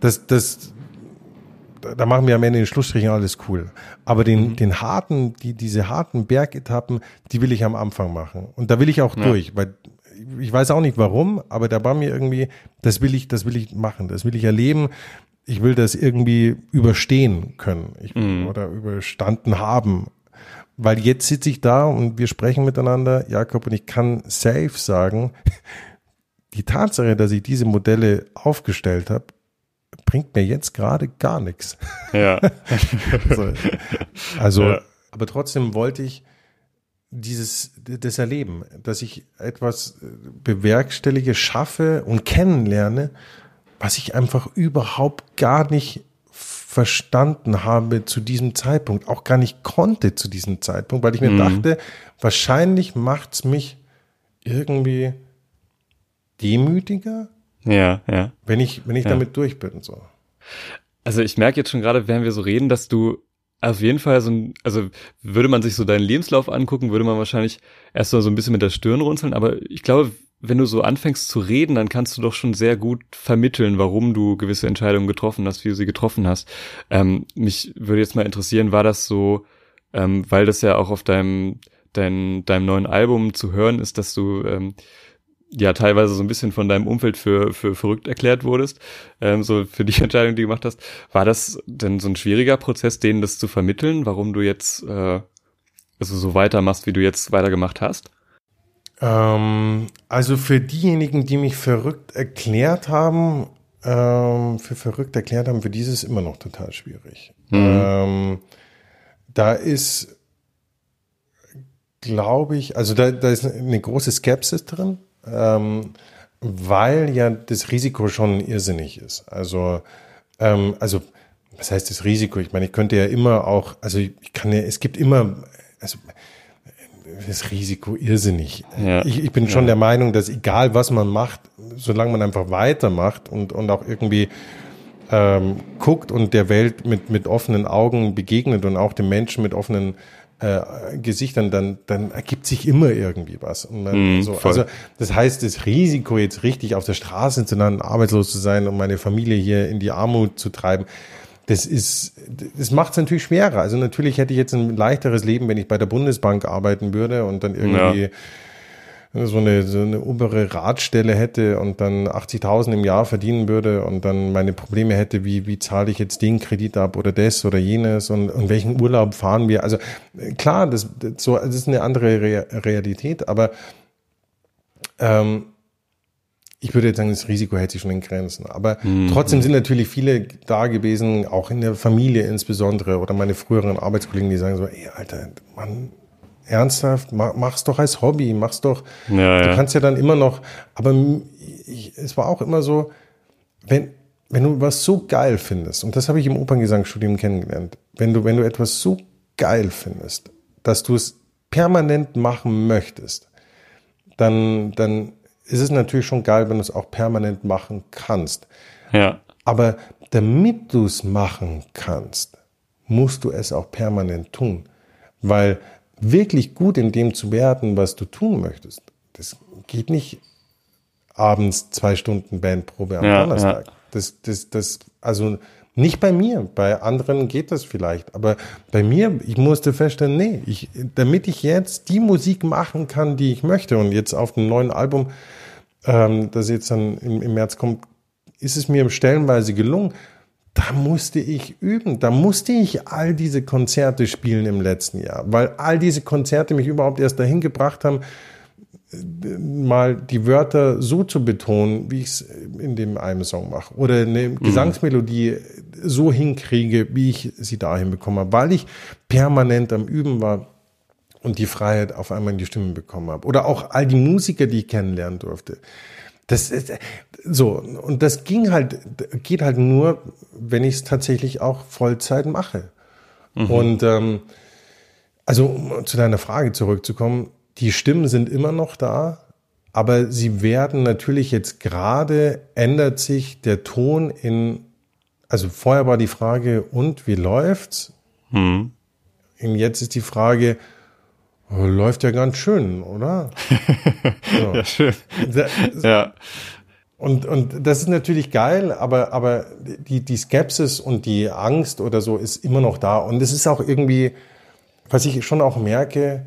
da machen wir am Ende den Schlussstrichen alles cool. Aber diese harten Bergetappen, die will ich am Anfang machen. Und da will ich auch durch, weil ich weiß auch nicht warum, aber da war mir irgendwie, das will ich machen, das will ich erleben. Ich will das irgendwie überstehen können oder überstanden haben. Weil jetzt sitze ich da und wir sprechen miteinander, Jakob, und ich kann safe sagen, die Tatsache, dass ich diese Modelle aufgestellt habe, bringt mir jetzt gerade gar nichts. Ja. Aber trotzdem wollte ich das erleben, dass ich etwas bewerkstellige, schaffe und kennenlerne, was ich einfach überhaupt gar nicht verstanden habe zu diesem Zeitpunkt, auch gar nicht konnte zu diesem Zeitpunkt, weil ich mir dachte, wahrscheinlich macht's mich irgendwie demütiger, wenn ich damit durch bin. So. Also ich merke jetzt schon gerade, während wir so reden, dass du auf jeden Fall also würde man sich so deinen Lebenslauf angucken, würde man wahrscheinlich erst mal so ein bisschen mit der Stirn runzeln, aber ich glaube, wenn du so anfängst zu reden, dann kannst du doch schon sehr gut vermitteln, warum du gewisse Entscheidungen getroffen hast, wie du sie getroffen hast. Mich würde jetzt mal interessieren, war das so, weil das ja auch auf deinem deinem neuen Album zu hören ist, dass du ja teilweise so ein bisschen von deinem Umfeld für verrückt erklärt wurdest, so für die Entscheidung, die du gemacht hast. War das denn so ein schwieriger Prozess, denen das zu vermitteln, warum du jetzt also so weitermachst, wie du jetzt weitergemacht hast? Also für diejenigen, die mich verrückt erklärt haben, für die ist es immer noch total schwierig. Da ist, glaube ich, also da ist eine große Skepsis drin. Weil ja das Risiko schon irrsinnig ist. Also was heißt das Risiko? Ich meine, ich könnte ja immer auch, es gibt immer, also das Risiko irrsinnig. Ja. Ich bin schon der Meinung, dass egal was man macht, solange man einfach weitermacht und auch irgendwie guckt und der Welt mit offenen Augen begegnet und auch dem Menschen mit offenen Gesichtern, dann ergibt sich immer irgendwie was. Und also das heißt, das Risiko, jetzt richtig auf der Straße zu landen, arbeitslos zu sein und meine Familie hier in die Armut zu treiben, das macht es natürlich schwerer. Also natürlich hätte ich jetzt ein leichteres Leben, wenn ich bei der Bundesbank arbeiten würde und dann irgendwie so eine obere Ratstelle hätte und dann 80.000 im Jahr verdienen würde und dann meine Probleme hätte, wie zahle ich jetzt den Kredit ab oder das oder jenes und welchen Urlaub fahren wir. Also klar, das ist eine andere Realität, aber ich würde jetzt sagen, das Risiko hält sich schon in Grenzen. Aber trotzdem sind natürlich viele da gewesen, auch in der Familie insbesondere oder meine früheren Arbeitskollegen, die sagen so, ey, Alter, Mann, ernsthaft, mach's doch als Hobby, mach's doch. Ja, du kannst ja dann immer noch, aber es war auch immer so, wenn du was so geil findest, und das habe ich im Operngesangsstudium kennengelernt, wenn du etwas so geil findest, dass du es permanent machen möchtest, dann ist es natürlich schon geil, wenn du es auch permanent machen kannst. Ja. Aber damit du es machen kannst, musst du es auch permanent tun. Weil wirklich gut in dem zu werden, was du tun möchtest, das geht nicht abends 2 Stunden Bandprobe am Donnerstag. Ja. Das, also nicht bei mir, bei anderen geht das vielleicht, aber bei mir, ich musste feststellen, damit ich jetzt die Musik machen kann, die ich möchte und jetzt auf dem neuen Album, das jetzt dann im März kommt, ist es mir stellenweise gelungen. Da musste ich üben, da musste ich all diese Konzerte spielen im letzten Jahr, weil all diese Konzerte mich überhaupt erst dahin gebracht haben, mal die Wörter so zu betonen, wie ich es in dem einen Song mache. Oder eine Gesangsmelodie so hinkriege, wie ich sie dahin bekommen habe, weil ich permanent am Üben war und die Freiheit auf einmal in die Stimme bekommen habe. Oder auch all die Musiker, die ich kennenlernen durfte. Das ist so, und das geht halt nur, wenn ich es tatsächlich auch Vollzeit mache. Und also um zu deiner Frage zurückzukommen, die Stimmen sind immer noch da, aber sie werden natürlich jetzt gerade, ändert sich der Ton also vorher war die Frage, und wie läuft's? Und jetzt ist die Frage, läuft ja ganz schön, oder? So. Ja, schön. Ja. Und das ist natürlich geil, aber die Skepsis und die Angst oder so ist immer noch da. Und es ist auch irgendwie, was ich schon auch merke,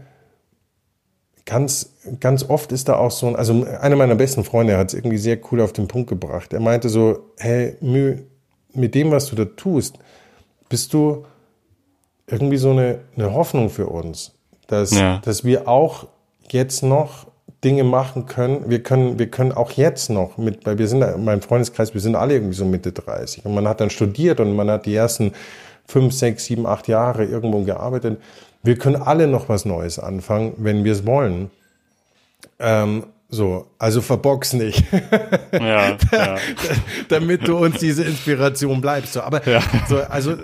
ganz oft ist da auch so also einer meiner besten Freunde hat es irgendwie sehr cool auf den Punkt gebracht. Er meinte so, hey, mit dem, was du da tust, bist du irgendwie so eine Hoffnung für uns. Dass wir auch jetzt noch Dinge machen können. Wir können auch jetzt noch weil wir sind in meinem Freundeskreis, wir sind alle irgendwie so Mitte 30 und man hat dann studiert und man hat die ersten 5, 6, 7, 8 Jahre irgendwo gearbeitet. Wir können alle noch was Neues anfangen, wenn wir es wollen. Also verbox nicht. Ja. Damit du uns diese Inspiration bleibst. So, aber also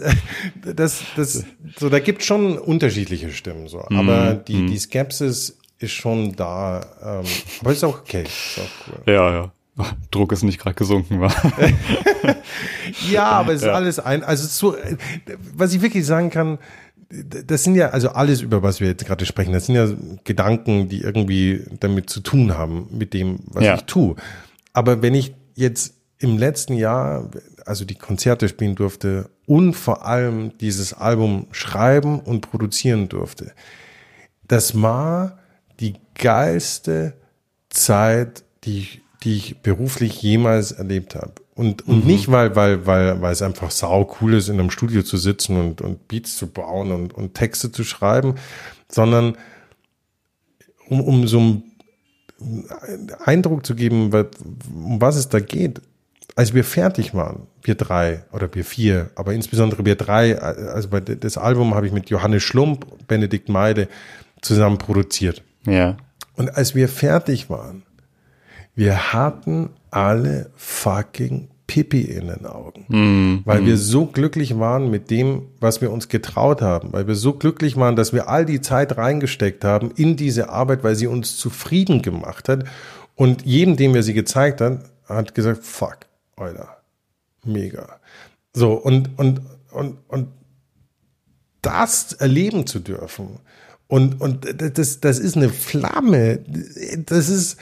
da gibt es schon unterschiedliche Stimmen. So. Aber die Skepsis ist schon da. Aber ist auch okay. Ist auch cool. Ja. Druck ist nicht gerade gesunken, war. Ja, aber es ist alles also so, was ich wirklich sagen kann, das sind ja, also alles, über was wir jetzt gerade sprechen, das sind ja Gedanken, die irgendwie damit zu tun haben, mit dem, was ich tue. Aber wenn ich jetzt im letzten Jahr, also die Konzerte spielen durfte und vor allem dieses Album schreiben und produzieren durfte, das war die geilste Zeit, die ich beruflich jemals erlebt habe. Und nicht, weil es einfach sau cool ist, in einem Studio zu sitzen und Beats zu bauen und Texte zu schreiben, sondern um so einen Eindruck zu geben, um was es da geht. Als wir fertig waren, wir 3 oder wir 4, aber insbesondere wir 3, also das Album habe ich mit Johannes Schlump, Benedikt Meide zusammen produziert. Ja. Und als wir fertig waren, wir hatten alle fucking Pipi in den Augen, weil wir so glücklich waren mit dem, was wir uns getraut haben, weil wir so glücklich waren, dass wir all die Zeit reingesteckt haben in diese Arbeit, weil sie uns zufrieden gemacht hat. Und jedem, dem wir sie gezeigt haben, hat gesagt, fuck, Alter, mega. So, und das erleben zu dürfen. Und das ist eine Flamme. Das ist,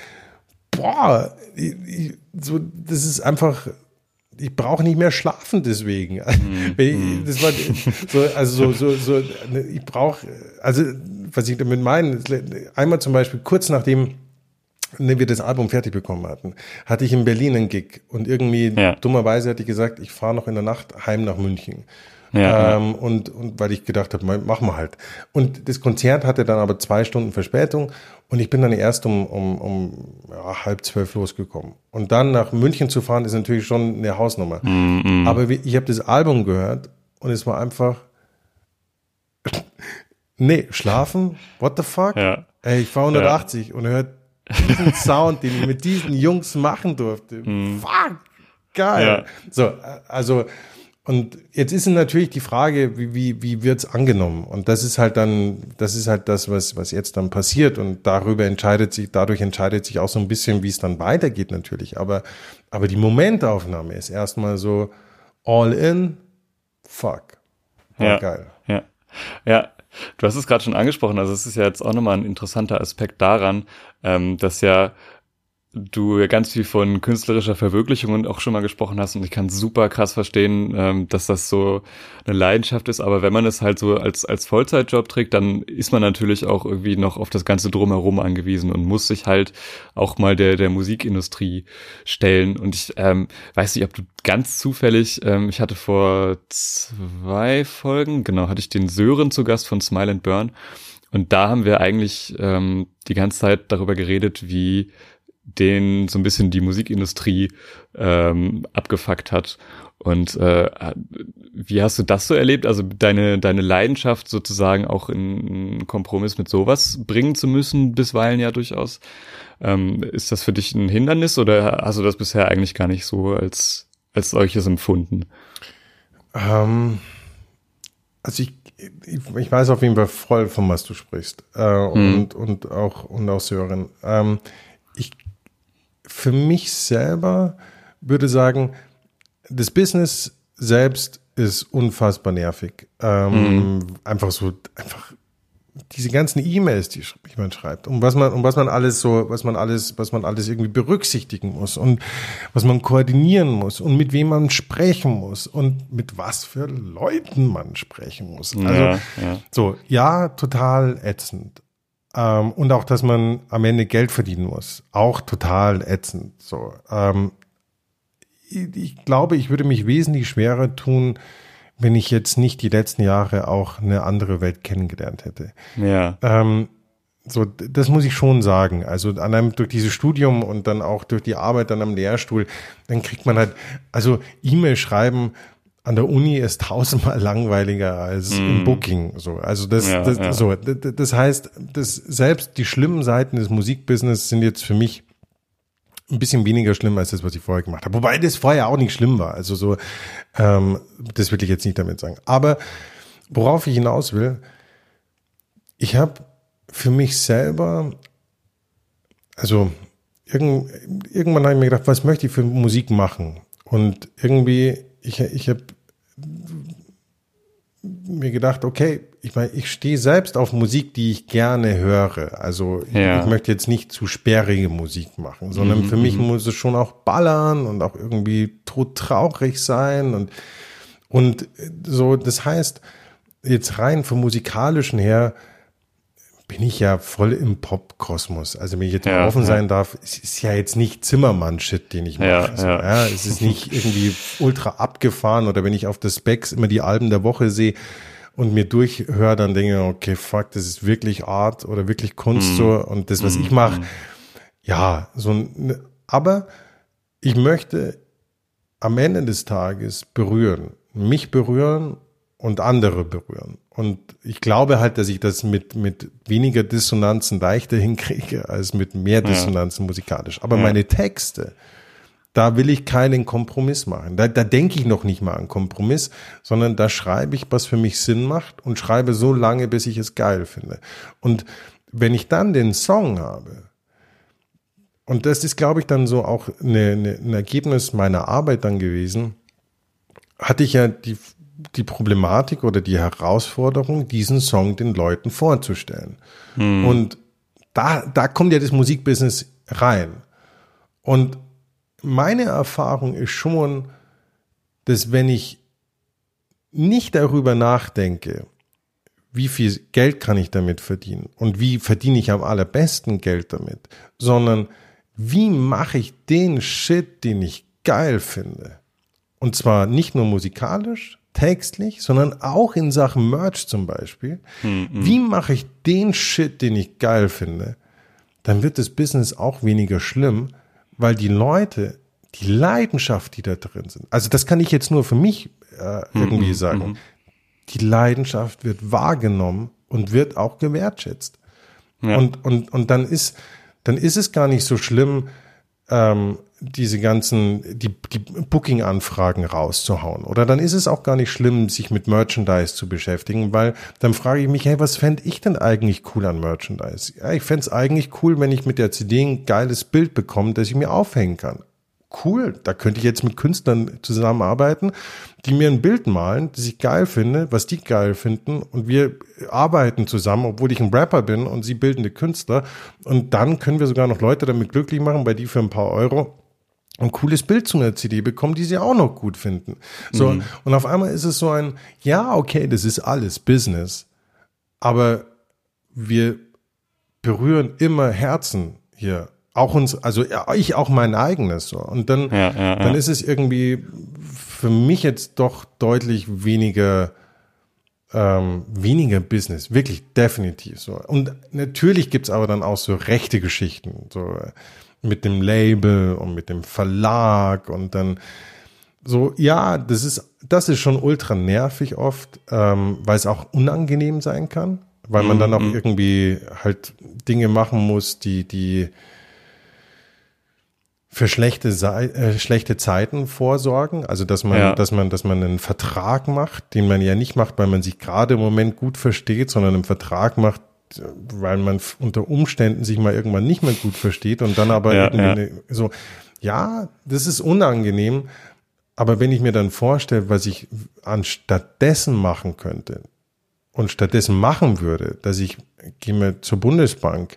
das ist einfach, ich brauche nicht mehr schlafen deswegen. Das war ich brauche, also was ich damit meine, einmal zum Beispiel kurz nachdem wir das Album fertig bekommen hatten, hatte ich in Berlin einen Gig und irgendwie dummerweise hatte ich gesagt, ich fahre noch in der Nacht heim nach München. Und weil ich gedacht habe, machen wir halt. Und das Konzert hatte dann aber 2 Stunden Verspätung und ich bin dann erst um 11:30 losgekommen. Und dann nach München zu fahren, ist natürlich schon eine Hausnummer. Aber ich habe das Album gehört und es war einfach, schlafen? What the fuck? Ja. Ey, ich fahre 180 und hört diesen Sound, den ich mit diesen Jungs machen durfte. Fuck, geil. Ja. So, also, und jetzt ist natürlich die Frage, wie wird's angenommen? Und das ist halt das, was jetzt dann passiert. Und dadurch entscheidet sich auch so ein bisschen, wie es dann weitergeht natürlich. Aber die Momentaufnahme ist erstmal so all in, fuck. War geil. Ja. Du hast es gerade schon angesprochen, also es ist ja jetzt auch nochmal ein interessanter Aspekt daran, dass ja du ja ganz viel von künstlerischer Verwirklichung und auch schon mal gesprochen hast und ich kann super krass verstehen, dass das so eine Leidenschaft ist, aber wenn man es halt so als Vollzeitjob trägt, dann ist man natürlich auch irgendwie noch auf das Ganze drumherum angewiesen und muss sich halt auch mal der Musikindustrie stellen und ich weiß nicht, ob du ganz zufällig, ich hatte vor 2 Folgen, hatte ich den Sören zu Gast von Smile and Burn und da haben wir eigentlich die ganze Zeit darüber geredet, wie den so ein bisschen die Musikindustrie abgefuckt hat. Und wie hast du das so erlebt? Also deine Leidenschaft sozusagen auch in Kompromiss mit sowas bringen zu müssen, bisweilen ja durchaus. Ist das für dich ein Hindernis oder hast du das bisher eigentlich gar nicht so als solches empfunden? Also ich weiß auf jeden Fall voll, von was du sprichst. Und auch Sören. Für mich selber würde sagen, das Business selbst ist unfassbar nervig. Einfach diese ganzen E-Mails, die man schreibt, was man alles irgendwie berücksichtigen muss und was man koordinieren muss und mit wem man sprechen muss und mit was für Leuten man sprechen muss. Also total ätzend. Und auch, dass man am Ende Geld verdienen muss. Auch total ätzend. So. Ich glaube, ich würde mich wesentlich schwerer tun, wenn ich jetzt nicht die letzten Jahre auch eine andere Welt kennengelernt hätte. Ja. Das muss ich schon sagen. Also durch dieses Studium und dann auch durch die Arbeit dann am Lehrstuhl, dann kriegt man halt, also E-Mail schreiben an der Uni ist 1000-mal langweiliger als im Booking. So, also das heißt, selbst die schlimmen Seiten des Musikbusiness sind jetzt für mich ein bisschen weniger schlimm als das, was ich vorher gemacht habe. Wobei das vorher auch nicht schlimm war. Also das will ich jetzt nicht damit sagen. Aber worauf ich hinaus will, ich habe für mich selber, also irgendwann habe ich mir gedacht, was möchte ich für Musik machen? Und irgendwie ich habe mir gedacht, okay, ich stehe selbst auf Musik, die ich gerne höre. Also ich möchte jetzt nicht zu sperrige Musik machen, sondern für mich muss es schon auch ballern und auch irgendwie todtraurig sein und so. Das heißt, jetzt rein vom Musikalischen her bin ich ja voll im Pop-Kosmos. Also wenn ich jetzt mal offen sein darf, es ist ja jetzt nicht Zimmermann-Shit, den ich mache. Es ist nicht irgendwie ultra abgefahren oder wenn ich auf das Specs immer die Alben der Woche sehe und mir durchhöre, dann denke ich, okay, fuck, das ist wirklich Art oder wirklich Kunst so und das, was ich mache, ja, aber ich möchte am Ende des Tages mich berühren und andere berühren. Und ich glaube halt, dass ich das mit weniger Dissonanzen leichter hinkriege, als mit mehr Dissonanzen musikalisch. Aber meine Texte, da will ich keinen Kompromiss machen. Da denke ich noch nicht mal an Kompromiss, sondern da schreibe ich, was für mich Sinn macht und schreibe so lange, bis ich es geil finde. Und wenn ich dann den Song habe, und das ist, glaube ich, dann so auch ein Ergebnis meiner Arbeit dann gewesen, hatte ich ja die Problematik oder die Herausforderung, diesen Song den Leuten vorzustellen. Und da kommt ja das Musikbusiness rein. Und meine Erfahrung ist schon, dass wenn ich nicht darüber nachdenke, wie viel Geld kann ich damit verdienen und wie verdiene ich am allerbesten Geld damit, sondern wie mache ich den Shit, den ich geil finde? Und zwar nicht nur musikalisch, textlich, sondern auch in Sachen Merch zum Beispiel. Wie mache ich den Shit, den ich geil finde? Dann wird das Business auch weniger schlimm, weil die Leute, die Leidenschaft, die da drin sind, also das kann ich jetzt nur für mich irgendwie sagen, die Leidenschaft wird wahrgenommen und wird auch gewertschätzt. Ja. Und dann ist es gar nicht so schlimm, diese ganzen, die Booking-Anfragen rauszuhauen. Oder dann ist es auch gar nicht schlimm, sich mit Merchandise zu beschäftigen, weil dann frage ich mich, hey, was fände ich denn eigentlich cool an Merchandise? Ja, ich fände es eigentlich cool, wenn ich mit der CD ein geiles Bild bekomme, das ich mir aufhängen kann. Cool, da könnte ich jetzt mit Künstlern zusammenarbeiten, die mir ein Bild malen, das ich geil finde, was die geil finden und wir arbeiten zusammen, obwohl ich ein Rapper bin und sie bildende Künstler und dann können wir sogar noch Leute damit glücklich machen, bei die für ein paar Euro ein cooles Bild zu einer CD bekommen, die sie auch noch gut finden. So, und auf einmal ist es so ja, okay, das ist alles Business, aber wir berühren immer Herzen hier. Auch also ich auch mein eigenes so. Und dann ist es irgendwie für mich jetzt doch deutlich weniger Business, wirklich definitiv so. Und natürlich gibt's aber dann auch so rechte Geschichten, so mit dem Label und mit dem Verlag und dann so, ja, das ist schon ultra nervig oft, weil es auch unangenehm sein kann, weil man dann auch irgendwie halt Dinge machen muss, die für schlechte Zeiten vorsorgen, also dass man einen Vertrag macht, den man ja nicht macht, weil man sich gerade im Moment gut versteht, sondern einen Vertrag macht, weil man unter Umständen sich mal irgendwann nicht mehr gut versteht und dann aber so, ja, das ist unangenehm, aber wenn ich mir dann vorstelle, was ich anstattdessen machen könnte und stattdessen machen würde, dass ich gehe mir zur Bundesbank,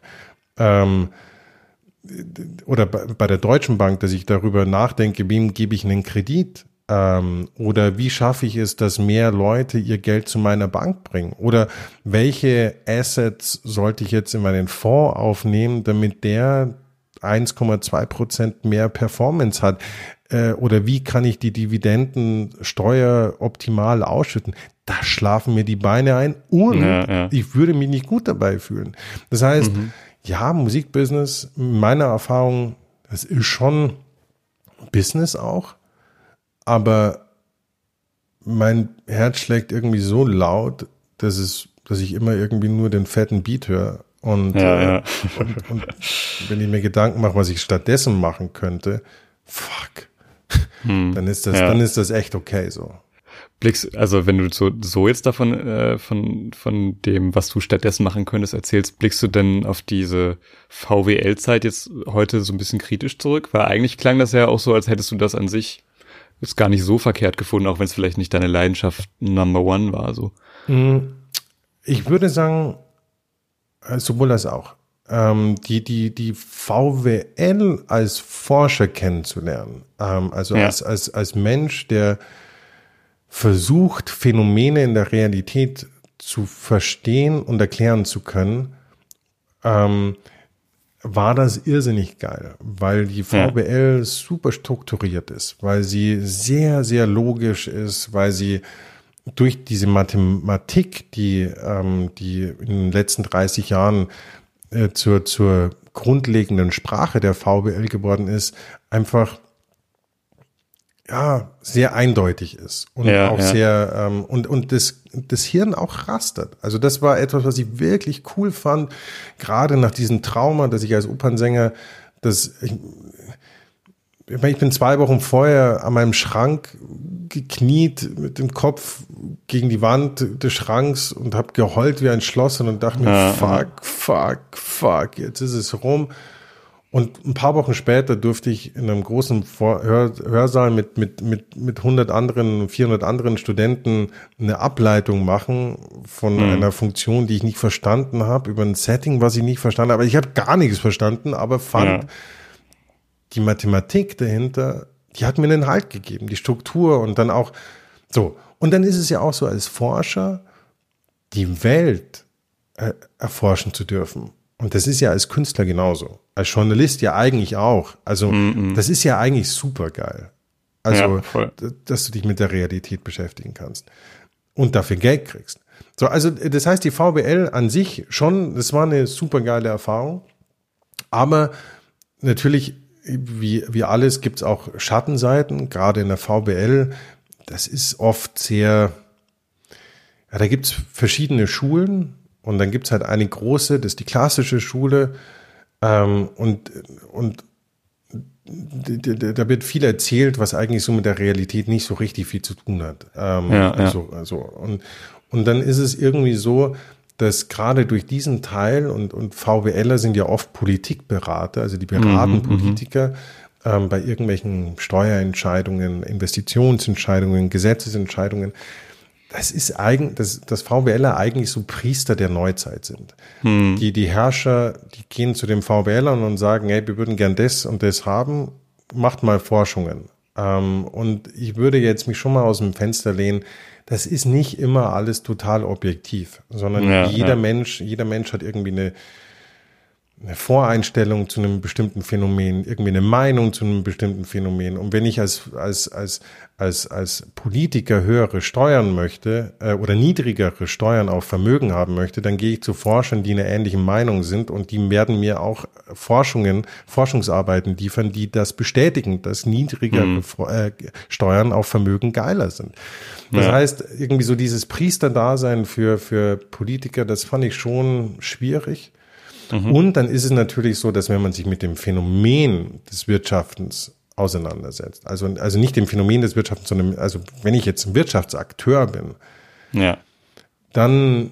oder bei der Deutschen Bank, dass ich darüber nachdenke, wem gebe ich einen Kredit? Oder wie schaffe ich es, dass mehr Leute ihr Geld zu meiner Bank bringen? Oder welche Assets sollte ich jetzt in meinen Fonds aufnehmen, damit der 1,2% mehr Performance hat? Oder wie kann ich die Dividendensteuer optimal ausschütten? Da schlafen mir die Beine ein und ich würde mich nicht gut dabei fühlen. Das heißt, ja, Musikbusiness, meiner Erfahrung, das ist schon Business auch, aber mein Herz schlägt irgendwie so laut, dass ich immer irgendwie nur den fetten Beat höre und wenn ich mir Gedanken mache, was ich stattdessen machen könnte, fuck, dann ist das echt okay so. Also wenn du so jetzt davon von dem, was du stattdessen machen könntest, erzählst, blickst du denn auf diese VWL-Zeit jetzt heute so ein bisschen kritisch zurück? Weil eigentlich klang das ja auch so, als hättest du das an sich jetzt gar nicht so verkehrt gefunden, auch wenn es vielleicht nicht deine Leidenschaft Number One war. So. Ich würde sagen, sowohl als auch. Die VWL als Forscher kennenzulernen, als Mensch, der versucht, Phänomene in der Realität zu verstehen und erklären zu können war das irrsinnig geil, weil die VWL super strukturiert ist, weil sie sehr, sehr logisch ist, weil sie durch diese Mathematik, die in den letzten 30 Jahren zur grundlegenden Sprache der VWL geworden ist, einfach sehr eindeutig ist und sehr und das Hirn auch rastert. Also das war etwas, was ich wirklich cool fand, gerade nach diesem Trauma, dass ich als Opernsänger, ich bin 2 Wochen vorher an meinem Schrank gekniet mit dem Kopf gegen die Wand des Schranks und habe geheult wie ein Schloss und dachte mir, fuck, jetzt ist es rum. Und ein paar Wochen später durfte ich in einem großen Hörsaal mit 400 anderen Studenten eine Ableitung machen von einer Funktion, die ich nicht verstanden habe, über ein Setting, was ich nicht verstanden habe. Ich habe gar nichts verstanden, aber fand die Mathematik dahinter, die hat mir einen Halt gegeben, die Struktur und dann auch so. Und dann ist es ja auch so, als Forscher die Welt erforschen zu dürfen. Und das ist ja als Künstler genauso. Als Journalist ja eigentlich auch. Also das ist ja eigentlich super geil. Also, dass du dich mit der Realität beschäftigen kannst und dafür Geld kriegst. So, also das heißt, die VWL an sich schon, das war eine super geile Erfahrung. Aber natürlich, wie alles, gibt's auch Schattenseiten, gerade in der VWL. Das ist oft sehr, da gibt's verschiedene Schulen. Und dann gibt's halt eine große, das ist die klassische Schule, und da wird viel erzählt, was eigentlich so mit der Realität nicht so richtig viel zu tun hat. Und dann ist es irgendwie so, dass gerade durch diesen Teil und VWLer sind ja oft Politikberater, also die beraten Politiker bei irgendwelchen Steuerentscheidungen, Investitionsentscheidungen, Gesetzesentscheidungen. Das ist dass VWLer eigentlich so Priester der Neuzeit sind. Die Herrscher, die gehen zu den VWLern und sagen, hey, wir würden gern das und das haben, macht mal Forschungen. Und ich würde jetzt mich schon mal aus dem Fenster lehnen, das ist nicht immer alles total objektiv, sondern jeder Mensch hat irgendwie eine Voreinstellung zu einem bestimmten Phänomen, irgendwie eine Meinung zu einem bestimmten Phänomen. Und wenn ich als Politiker höhere Steuern möchte oder niedrigere Steuern auf Vermögen haben möchte, dann gehe ich zu Forschern, die eine ähnliche Meinung sind und die werden mir auch Forschungsarbeiten liefern, die das bestätigen, dass niedrigere Steuern auf Vermögen geiler sind. Das heißt, irgendwie so dieses Priesterdasein für Politiker, das fand ich schon schwierig. Und dann ist es natürlich so, dass wenn man sich mit dem Phänomen des Wirtschaftens auseinandersetzt, also nicht dem Phänomen des Wirtschaftens, sondern also wenn ich jetzt ein Wirtschaftsakteur bin, dann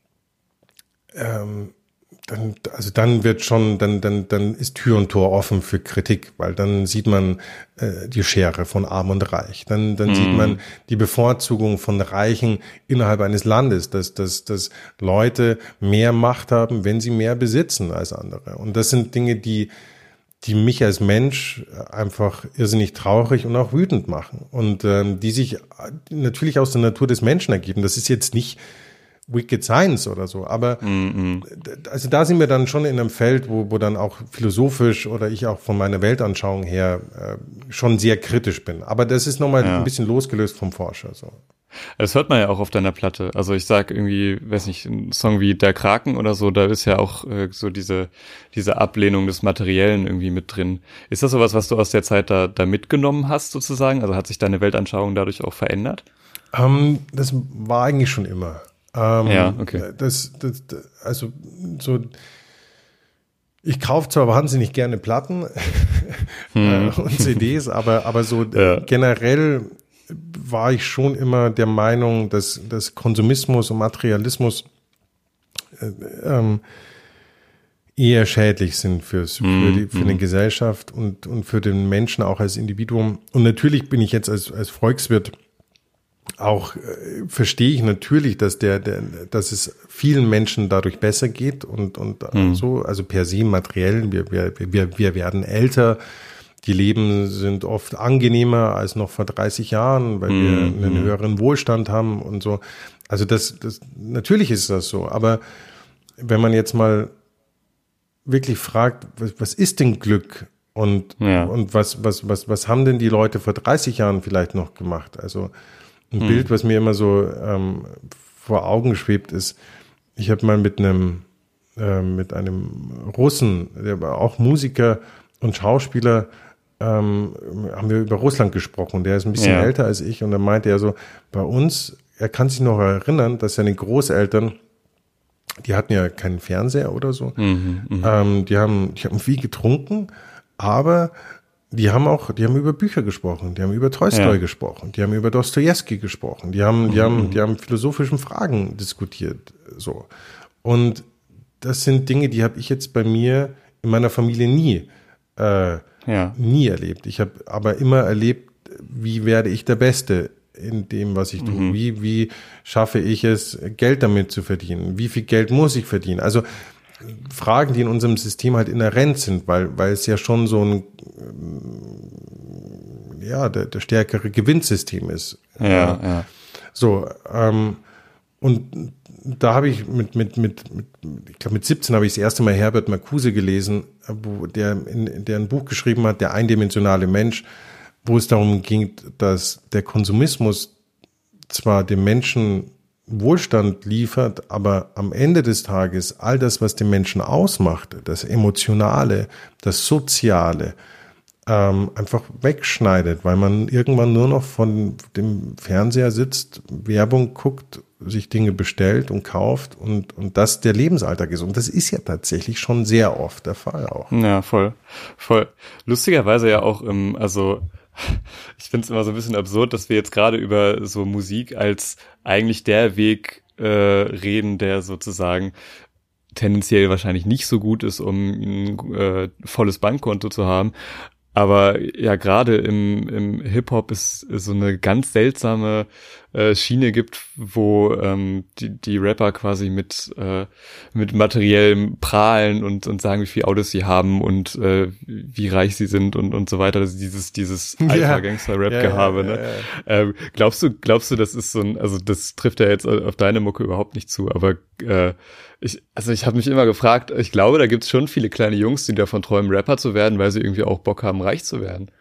wird schon, dann ist Tür und Tor offen für Kritik, weil dann sieht man die Schere von Arm und Reich. Dann sieht man die Bevorzugung von Reichen innerhalb eines Landes, dass Leute mehr Macht haben, wenn sie mehr besitzen als andere. Und das sind Dinge, die mich als Mensch einfach irrsinnig traurig und auch wütend machen. Und die sich natürlich aus der Natur des Menschen ergeben. Das ist jetzt nicht Wicked Science oder so, aber also da sind wir dann schon in einem Feld, wo dann auch philosophisch oder ich auch von meiner Weltanschauung her schon sehr kritisch bin. Aber das ist nochmal ein bisschen losgelöst vom Forscher. So. Das hört man ja auch auf deiner Platte. Also ich sag irgendwie, weiß nicht, ein Song wie Der Kraken oder so, da ist ja auch so diese Ablehnung des Materiellen irgendwie mit drin. Ist das sowas, was du aus der Zeit da mitgenommen hast sozusagen? Also hat sich deine Weltanschauung dadurch auch verändert? Das war eigentlich schon immer. Okay. Also so, ich kaufe zwar wahnsinnig gerne Platten und CDs, aber so generell war ich schon immer der Meinung, dass Konsumismus und Materialismus eher schädlich sind für eine Gesellschaft und für den Menschen auch als Individuum. Und natürlich bin ich jetzt als Volkswirt auch verstehe ich natürlich, dass dass es vielen Menschen dadurch besser geht und so, also per se materiell, wir werden älter, die Leben sind oft angenehmer als noch vor 30 Jahren, weil wir einen höheren Wohlstand haben und so. Also das natürlich ist das so, aber wenn man jetzt mal wirklich fragt, was ist denn Glück? Und was haben denn die Leute vor 30 Jahren vielleicht noch gemacht? Also ein Bild, was mir immer so vor Augen schwebt, ist, ich habe mal mit einem Russen, der war auch Musiker und Schauspieler, haben wir über Russland gesprochen. Der ist ein bisschen älter als ich und dann meinte er so, bei uns, er kann sich noch erinnern, dass seine Großeltern, die hatten ja keinen Fernseher oder so, die haben viel getrunken, aber die haben über Bücher gesprochen, die haben über Tolstoi gesprochen, die haben über Dostojewski gesprochen, die haben philosophischen Fragen diskutiert, so. Und das sind Dinge, die habe ich jetzt bei mir in meiner Familie nie erlebt. Ich habe aber immer erlebt, wie werde ich der Beste in dem, was ich tue? Wie schaffe ich es, Geld damit zu verdienen? Wie viel Geld muss ich verdienen? Also Fragen, die in unserem System halt inhärent sind, weil es ja schon so ein der stärkere Gewinnsystem ist. So, und da habe ich ich glaube mit 17 habe ich das erste Mal Herbert Marcuse gelesen, der ein Buch geschrieben hat, Der eindimensionale Mensch, wo es darum ging, dass der Konsumismus zwar dem Menschen Wohlstand liefert, aber am Ende des Tages all das, was den Menschen ausmacht, das Emotionale, das Soziale, einfach wegschneidet, weil man irgendwann nur noch von dem Fernseher sitzt, Werbung guckt, sich Dinge bestellt und kauft und das der Lebensalltag ist. Und das ist ja tatsächlich schon sehr oft der Fall auch. Ja, voll. Lustigerweise ja auch ich finde es immer so ein bisschen absurd, dass wir jetzt gerade über so Musik als eigentlich der Weg reden, der sozusagen tendenziell wahrscheinlich nicht so gut ist, um ein volles Bankkonto zu haben. Aber ja, gerade im Hip-Hop es so eine ganz seltsame Schiene gibt, wo die Rapper quasi mit materiellem prahlen und sagen, wie viele Autos sie haben und wie reich sie sind und so weiter. Also dieses Alpha-Gangster-Rap-Gehabe. Ne? Glaubst du, das ist so also das trifft ja jetzt auf deine Mucke überhaupt nicht zu, aber ich habe mich immer gefragt, ich glaube, da gibt's schon viele kleine Jungs, die davon träumen, Rapper zu werden, weil sie irgendwie auch Bock haben, reich zu werden.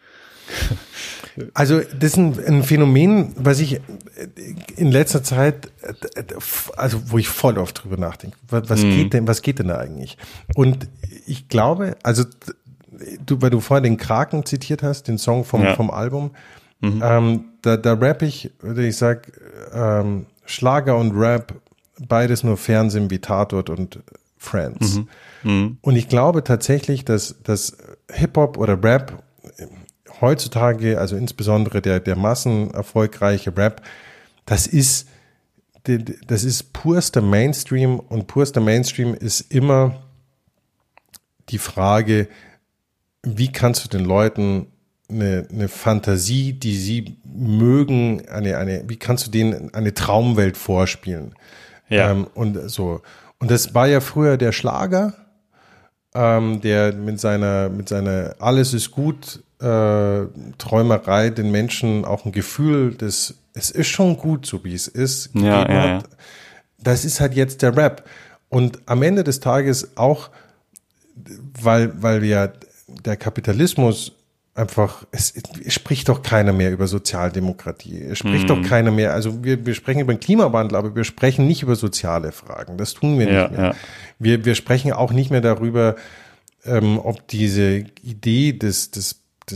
Also das ist ein Phänomen, was ich in letzter Zeit, also wo ich voll oft drüber nachdenke. Was geht denn da eigentlich? Und ich glaube, also weil du vorher den Kraken zitiert hast, den Song vom Album, da rapp ich, würde ich sagen, Schlager und Rap, beides nur Fernsehen wie Tatort und Friends. Und ich glaube tatsächlich, dass Hip-Hop oder Rap heutzutage, also insbesondere der massenerfolgreiche Rap, das ist purster Mainstream und purster Mainstream ist immer die Frage, wie kannst du den Leuten eine Fantasie, die sie mögen, wie kannst du denen eine Traumwelt vorspielen? Ja. Und so. Und das war ja früher der Schlager, der mit seiner Alles ist gut Träumerei den Menschen auch ein Gefühl es ist schon gut, so wie es ist, gegeben hat. Das ist halt jetzt der Rap. Und am Ende des Tages auch, weil ja der Kapitalismus einfach, es spricht doch keiner mehr über Sozialdemokratie. Es spricht doch keiner mehr, also wir sprechen über den Klimawandel, aber wir sprechen nicht über soziale Fragen. Das tun wir nicht mehr. Ja. Wir sprechen auch nicht mehr darüber, ob diese Idee des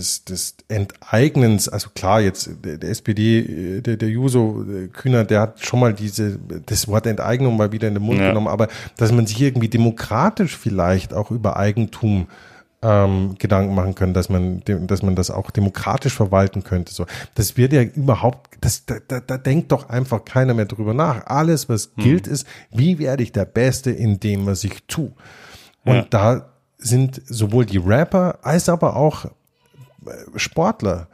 Enteignens, also klar, jetzt der SPD, der Juso Kühner, der hat schon mal das Wort Enteignung mal wieder in den Mund genommen, aber dass man sich irgendwie demokratisch vielleicht auch über Eigentum Gedanken machen können, dass man das auch demokratisch verwalten könnte. So, das wird ja überhaupt, da denkt doch einfach keiner mehr drüber nach. Alles, was gilt, ist, wie werde ich der Beste in dem, was ich tue. Und da sind sowohl die Rapper als aber auch Sportler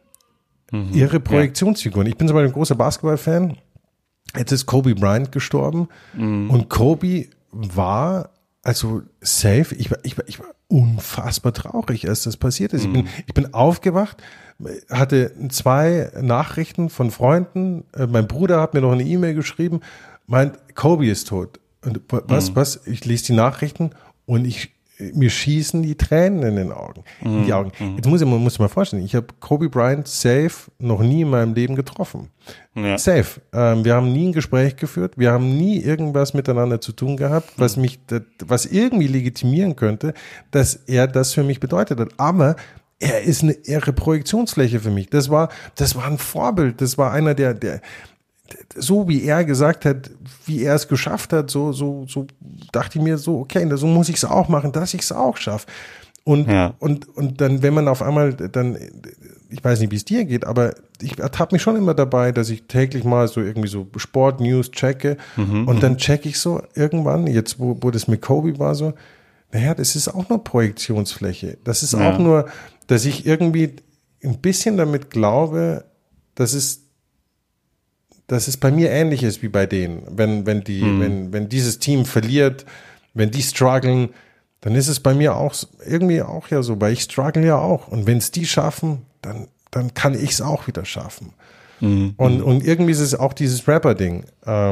ihre Projektionsfiguren. Ich bin zum Beispiel ein großer Basketball-Fan. Jetzt ist Kobe Bryant gestorben und Kobe war also safe. Ich war unfassbar traurig, als das passiert ist. Ich bin aufgewacht, hatte 2 Nachrichten von Freunden. Mein Bruder hat mir noch eine E-Mail geschrieben, meint, Kobe ist tot. Und was? Ich lese die Nachrichten und ich mir schießen die Tränen in den Augen, in die Augen. Jetzt muss ich mal vorstellen, ich habe Kobe Bryant safe noch nie in meinem Leben getroffen. Ja. Safe. Wir haben nie ein Gespräch geführt, wir haben nie irgendwas miteinander zu tun gehabt, was irgendwie legitimieren könnte, dass er das für mich bedeutet hat. Aber er ist eine irre Projektionsfläche für mich. Das war ein Vorbild. Das war einer, der so wie er gesagt hat, wie er es geschafft hat, so dachte ich mir so, okay, so muss ich es auch machen, dass ich es auch schaffe. Und dann, wenn man auf einmal dann, ich weiß nicht, wie es dir geht, aber ich ertappe mich schon immer dabei, dass ich täglich mal so irgendwie so Sport-News checke und dann checke ich so irgendwann, jetzt wo das mit Kobe war so, naja, das ist auch nur Projektionsfläche. Das ist auch nur, dass ich irgendwie ein bisschen damit glaube, dass es bei mir ähnlich ist wie bei denen. Wenn dieses Team verliert, wenn die strugglen, dann ist es bei mir auch irgendwie auch ja so, weil ich struggle ja auch. Und wenn es die schaffen, dann kann ich es auch wieder schaffen. Und irgendwie ist es auch dieses Rapper-Ding.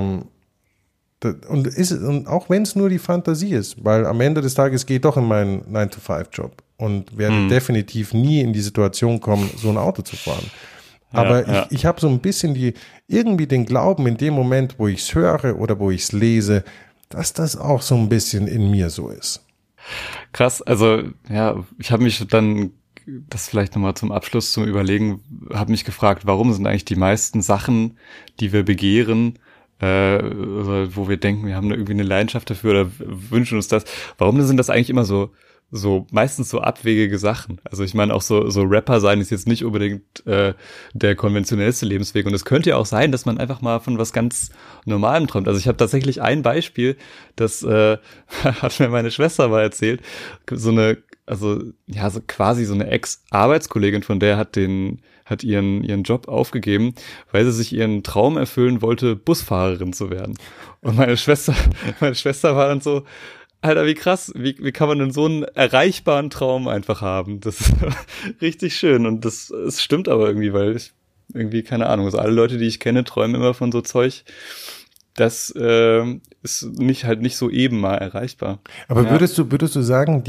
Und auch wenn es nur die Fantasie ist, weil am Ende des Tages gehe ich doch in meinen 9-to-5-Job und werde definitiv nie in die Situation kommen, so ein Auto zu fahren. Aber ich habe so ein bisschen irgendwie den Glauben in dem Moment, wo ich es höre oder wo ich es lese, dass das auch so ein bisschen in mir so ist. Krass, also ja, ich habe mich dann, das vielleicht nochmal zum Abschluss zum Überlegen, habe mich gefragt, warum sind eigentlich die meisten Sachen, die wir begehren, wo wir denken, wir haben irgendwie eine Leidenschaft dafür oder wünschen uns das, warum sind das eigentlich immer so meistens so abwegige Sachen. Also ich meine auch so Rapper sein ist jetzt nicht unbedingt der konventionellste Lebensweg und es könnte ja auch sein, dass man einfach mal von was ganz Normalem träumt. Also ich habe tatsächlich ein Beispiel, das hat mir meine Schwester mal erzählt, so quasi so eine Ex-Arbeitskollegin von der hat ihren Job aufgegeben, weil sie sich ihren Traum erfüllen wollte, Busfahrerin zu werden. Und meine Schwester war dann so, Alter, wie krass, wie kann man denn so einen erreichbaren Traum einfach haben? Das ist richtig schön und es stimmt aber irgendwie, weil ich irgendwie, keine Ahnung, also alle Leute, die ich kenne, träumen immer von so Zeug. Das ist nicht so eben mal erreichbar. Aber würdest du sagen,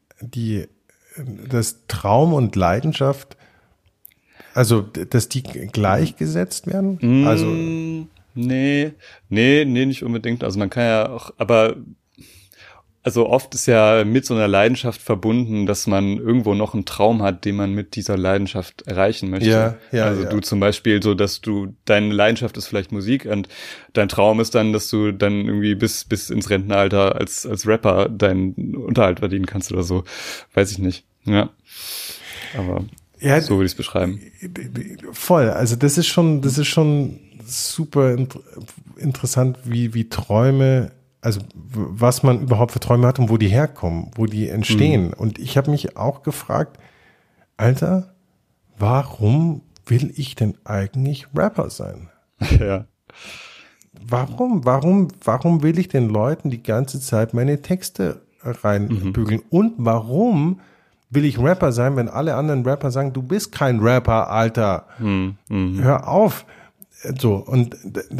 dass Traum und Leidenschaft, also dass die gleichgesetzt werden? Also nee, nicht unbedingt. Also man kann ja auch, aber also oft ist ja mit so einer Leidenschaft verbunden, dass man irgendwo noch einen Traum hat, den man mit dieser Leidenschaft erreichen möchte. Du zum Beispiel so, dass deine Leidenschaft ist vielleicht Musik und dein Traum ist dann, dass du dann irgendwie bis ins Rentenalter als Rapper deinen Unterhalt verdienen kannst oder so. Weiß ich nicht. Ja. Aber so würde ich es beschreiben. Voll. Also das ist schon super interessant, wie Träume, also was man überhaupt für Träume hat und wo die herkommen, wo die entstehen. Und ich habe mich auch gefragt, Alter, warum will ich denn eigentlich Rapper sein? Ja. Warum will ich den Leuten die ganze Zeit meine Texte reinbügeln? Und warum will ich Rapper sein, wenn alle anderen Rapper sagen, du bist kein Rapper, Alter. Hör auf. So, und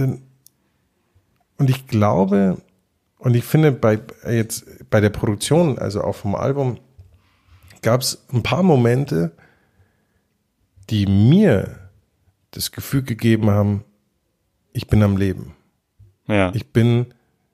ich glaube, und ich finde, bei der Produktion, also auch vom Album, gab es ein paar Momente, die mir das Gefühl gegeben haben, ich bin am Leben. Ja. Ich bin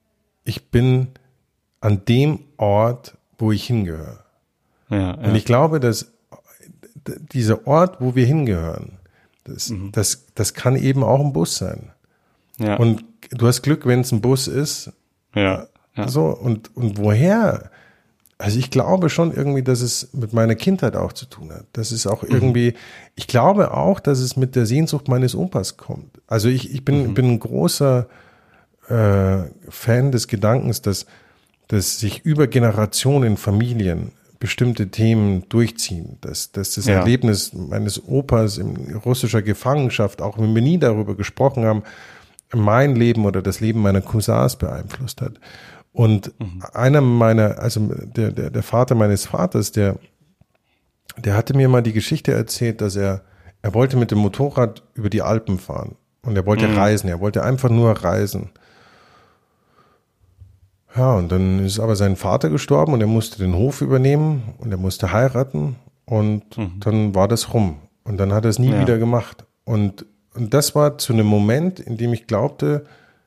an dem Ort, wo ich hingehöre. Ja. Und ich glaube, dass dieser Ort, wo wir hingehören, das kann eben auch ein Bus sein. Ja. Und du hast Glück, wenn es ein Bus ist. Ja. So, und woher? Also ich glaube schon irgendwie, dass es mit meiner Kindheit auch zu tun hat. Das ist auch irgendwie, ich glaube auch, dass es mit der Sehnsucht meines Opas kommt. Also ich bin ein großer Fan des Gedankens, dass sich über Generationen, Familien bestimmte Themen durchziehen. Dass das Erlebnis meines Opas in russischer Gefangenschaft, auch wenn wir nie darüber gesprochen haben, mein Leben oder das Leben meiner Cousins beeinflusst hat. Und einer meiner, also der Vater meines Vaters, der hatte mir mal die Geschichte erzählt, dass er wollte mit dem Motorrad über die Alpen fahren. Und er wollte reisen, er wollte einfach nur reisen. Ja, und dann ist aber sein Vater gestorben und er musste den Hof übernehmen und er musste heiraten und dann war das rum. Und dann hat er es nie wieder gemacht. Und das war zu einem Moment, in dem ich glaubte,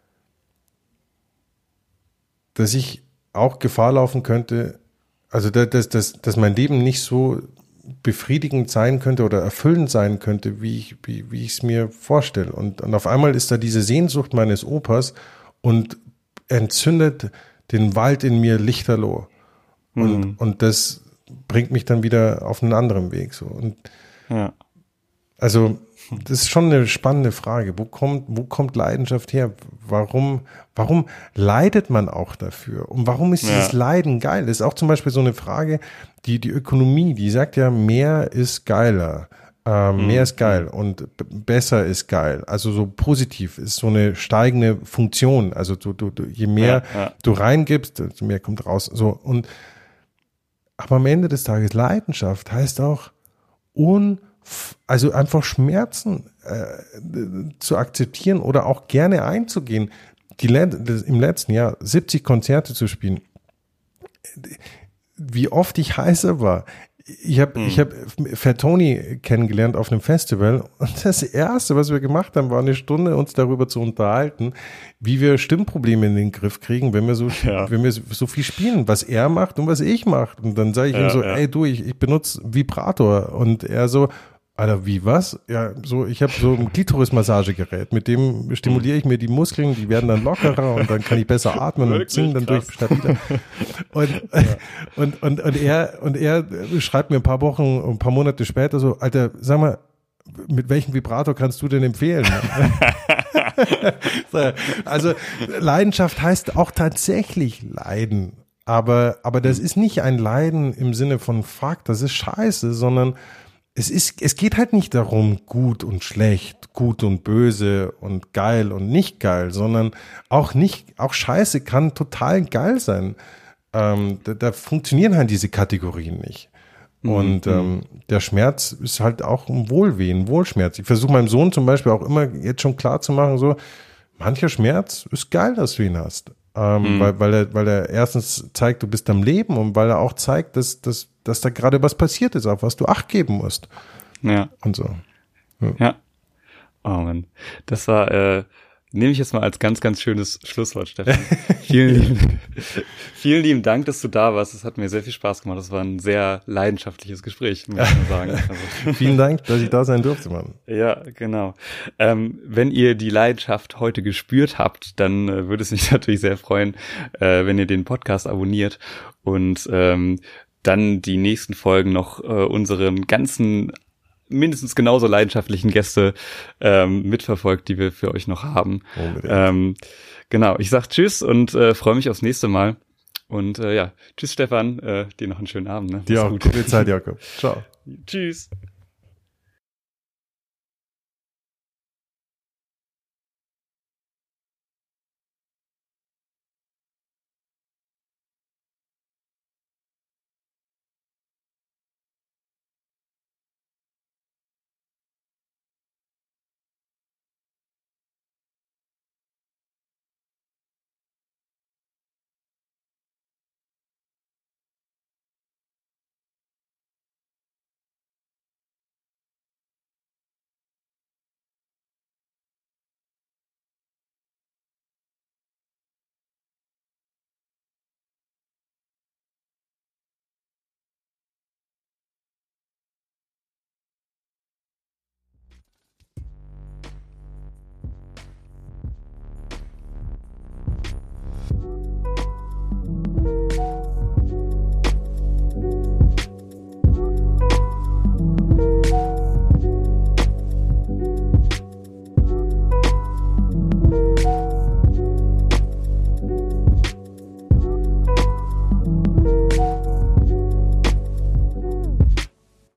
dass ich auch Gefahr laufen könnte, also dass mein Leben nicht so befriedigend sein könnte oder erfüllend sein könnte, wie ich es mir vorstelle. Und auf einmal ist da diese Sehnsucht meines Opas und entzündet den Wald in mir lichterloh. Und das bringt mich dann wieder auf einen anderen Weg. So. Und also das ist schon eine spannende Frage. Wo kommt Leidenschaft her? Warum leidet man auch dafür? Und warum ist dieses Leiden geil? Das ist auch zum Beispiel so eine Frage, die Ökonomie, die sagt ja, mehr ist geiler. Mehr ist geil und besser ist geil. Also so positiv ist so eine steigende Funktion. Also je mehr du reingibst, desto mehr kommt raus. So aber am Ende des Tages Leidenschaft heißt auch also einfach Schmerzen zu akzeptieren oder auch gerne einzugehen. Im letzten Jahr 70 Konzerte zu spielen. Wie oft ich heißer war. Ich hab Fat Tony kennengelernt auf einem Festival und das Erste, was wir gemacht haben, war eine Stunde uns darüber zu unterhalten, wie wir Stimmprobleme in den Griff kriegen, wenn wir so viel spielen, was er macht und was ich mache. Und dann sage ich ihm so, ey du, ich benutze Vibrator und er so, Alter, wie, was? Ja, so, ich habe so ein Klitoris-Massagegerät, mit dem stimuliere ich mir die Muskeln, die werden dann lockerer und dann kann ich besser atmen und singen dann durch stabiler. Und er schreibt mir ein paar Monate später so, Alter, sag mal, mit welchem Vibrator kannst du denn empfehlen? Also, Leidenschaft heißt auch tatsächlich leiden. Aber das ist nicht ein Leiden im Sinne von fuck, das ist scheiße, sondern es geht halt nicht darum, gut und schlecht, gut und böse und geil und nicht geil, sondern auch Scheiße kann total geil sein. Da funktionieren halt diese Kategorien nicht. Und der Schmerz ist halt auch ein Wohlschmerz. Ich versuche meinem Sohn zum Beispiel auch immer jetzt schon klar zu machen, so, mancher Schmerz ist geil, dass du ihn hast. Weil er erstens zeigt, du bist am Leben und weil er auch zeigt, dass da gerade was passiert ist, auf was du Acht geben musst. Ja. Und so. Ja. Oh Mann. Das war, nehme ich jetzt mal als ganz, ganz schönes Schlusswort, Stefan. Vielen lieben Dank, dass du da warst. Es hat mir sehr viel Spaß gemacht. Das war ein sehr leidenschaftliches Gespräch, muss ich mal sagen. Also. Vielen Dank, dass ich da sein durfte, Mann. Ja, genau. Wenn ihr die Leidenschaft heute gespürt habt, dann würde es mich natürlich sehr freuen, wenn ihr den Podcast abonniert und dann die nächsten Folgen noch unseren ganzen mindestens genauso leidenschaftlichen Gäste mitverfolgt, die wir für euch noch haben. Genau, ich sag tschüss und freue mich aufs nächste Mal. Und tschüss Stefan, dir noch einen schönen Abend. Ne? Dir auch, gute Zeit, Jakob. Ciao. Tschüss.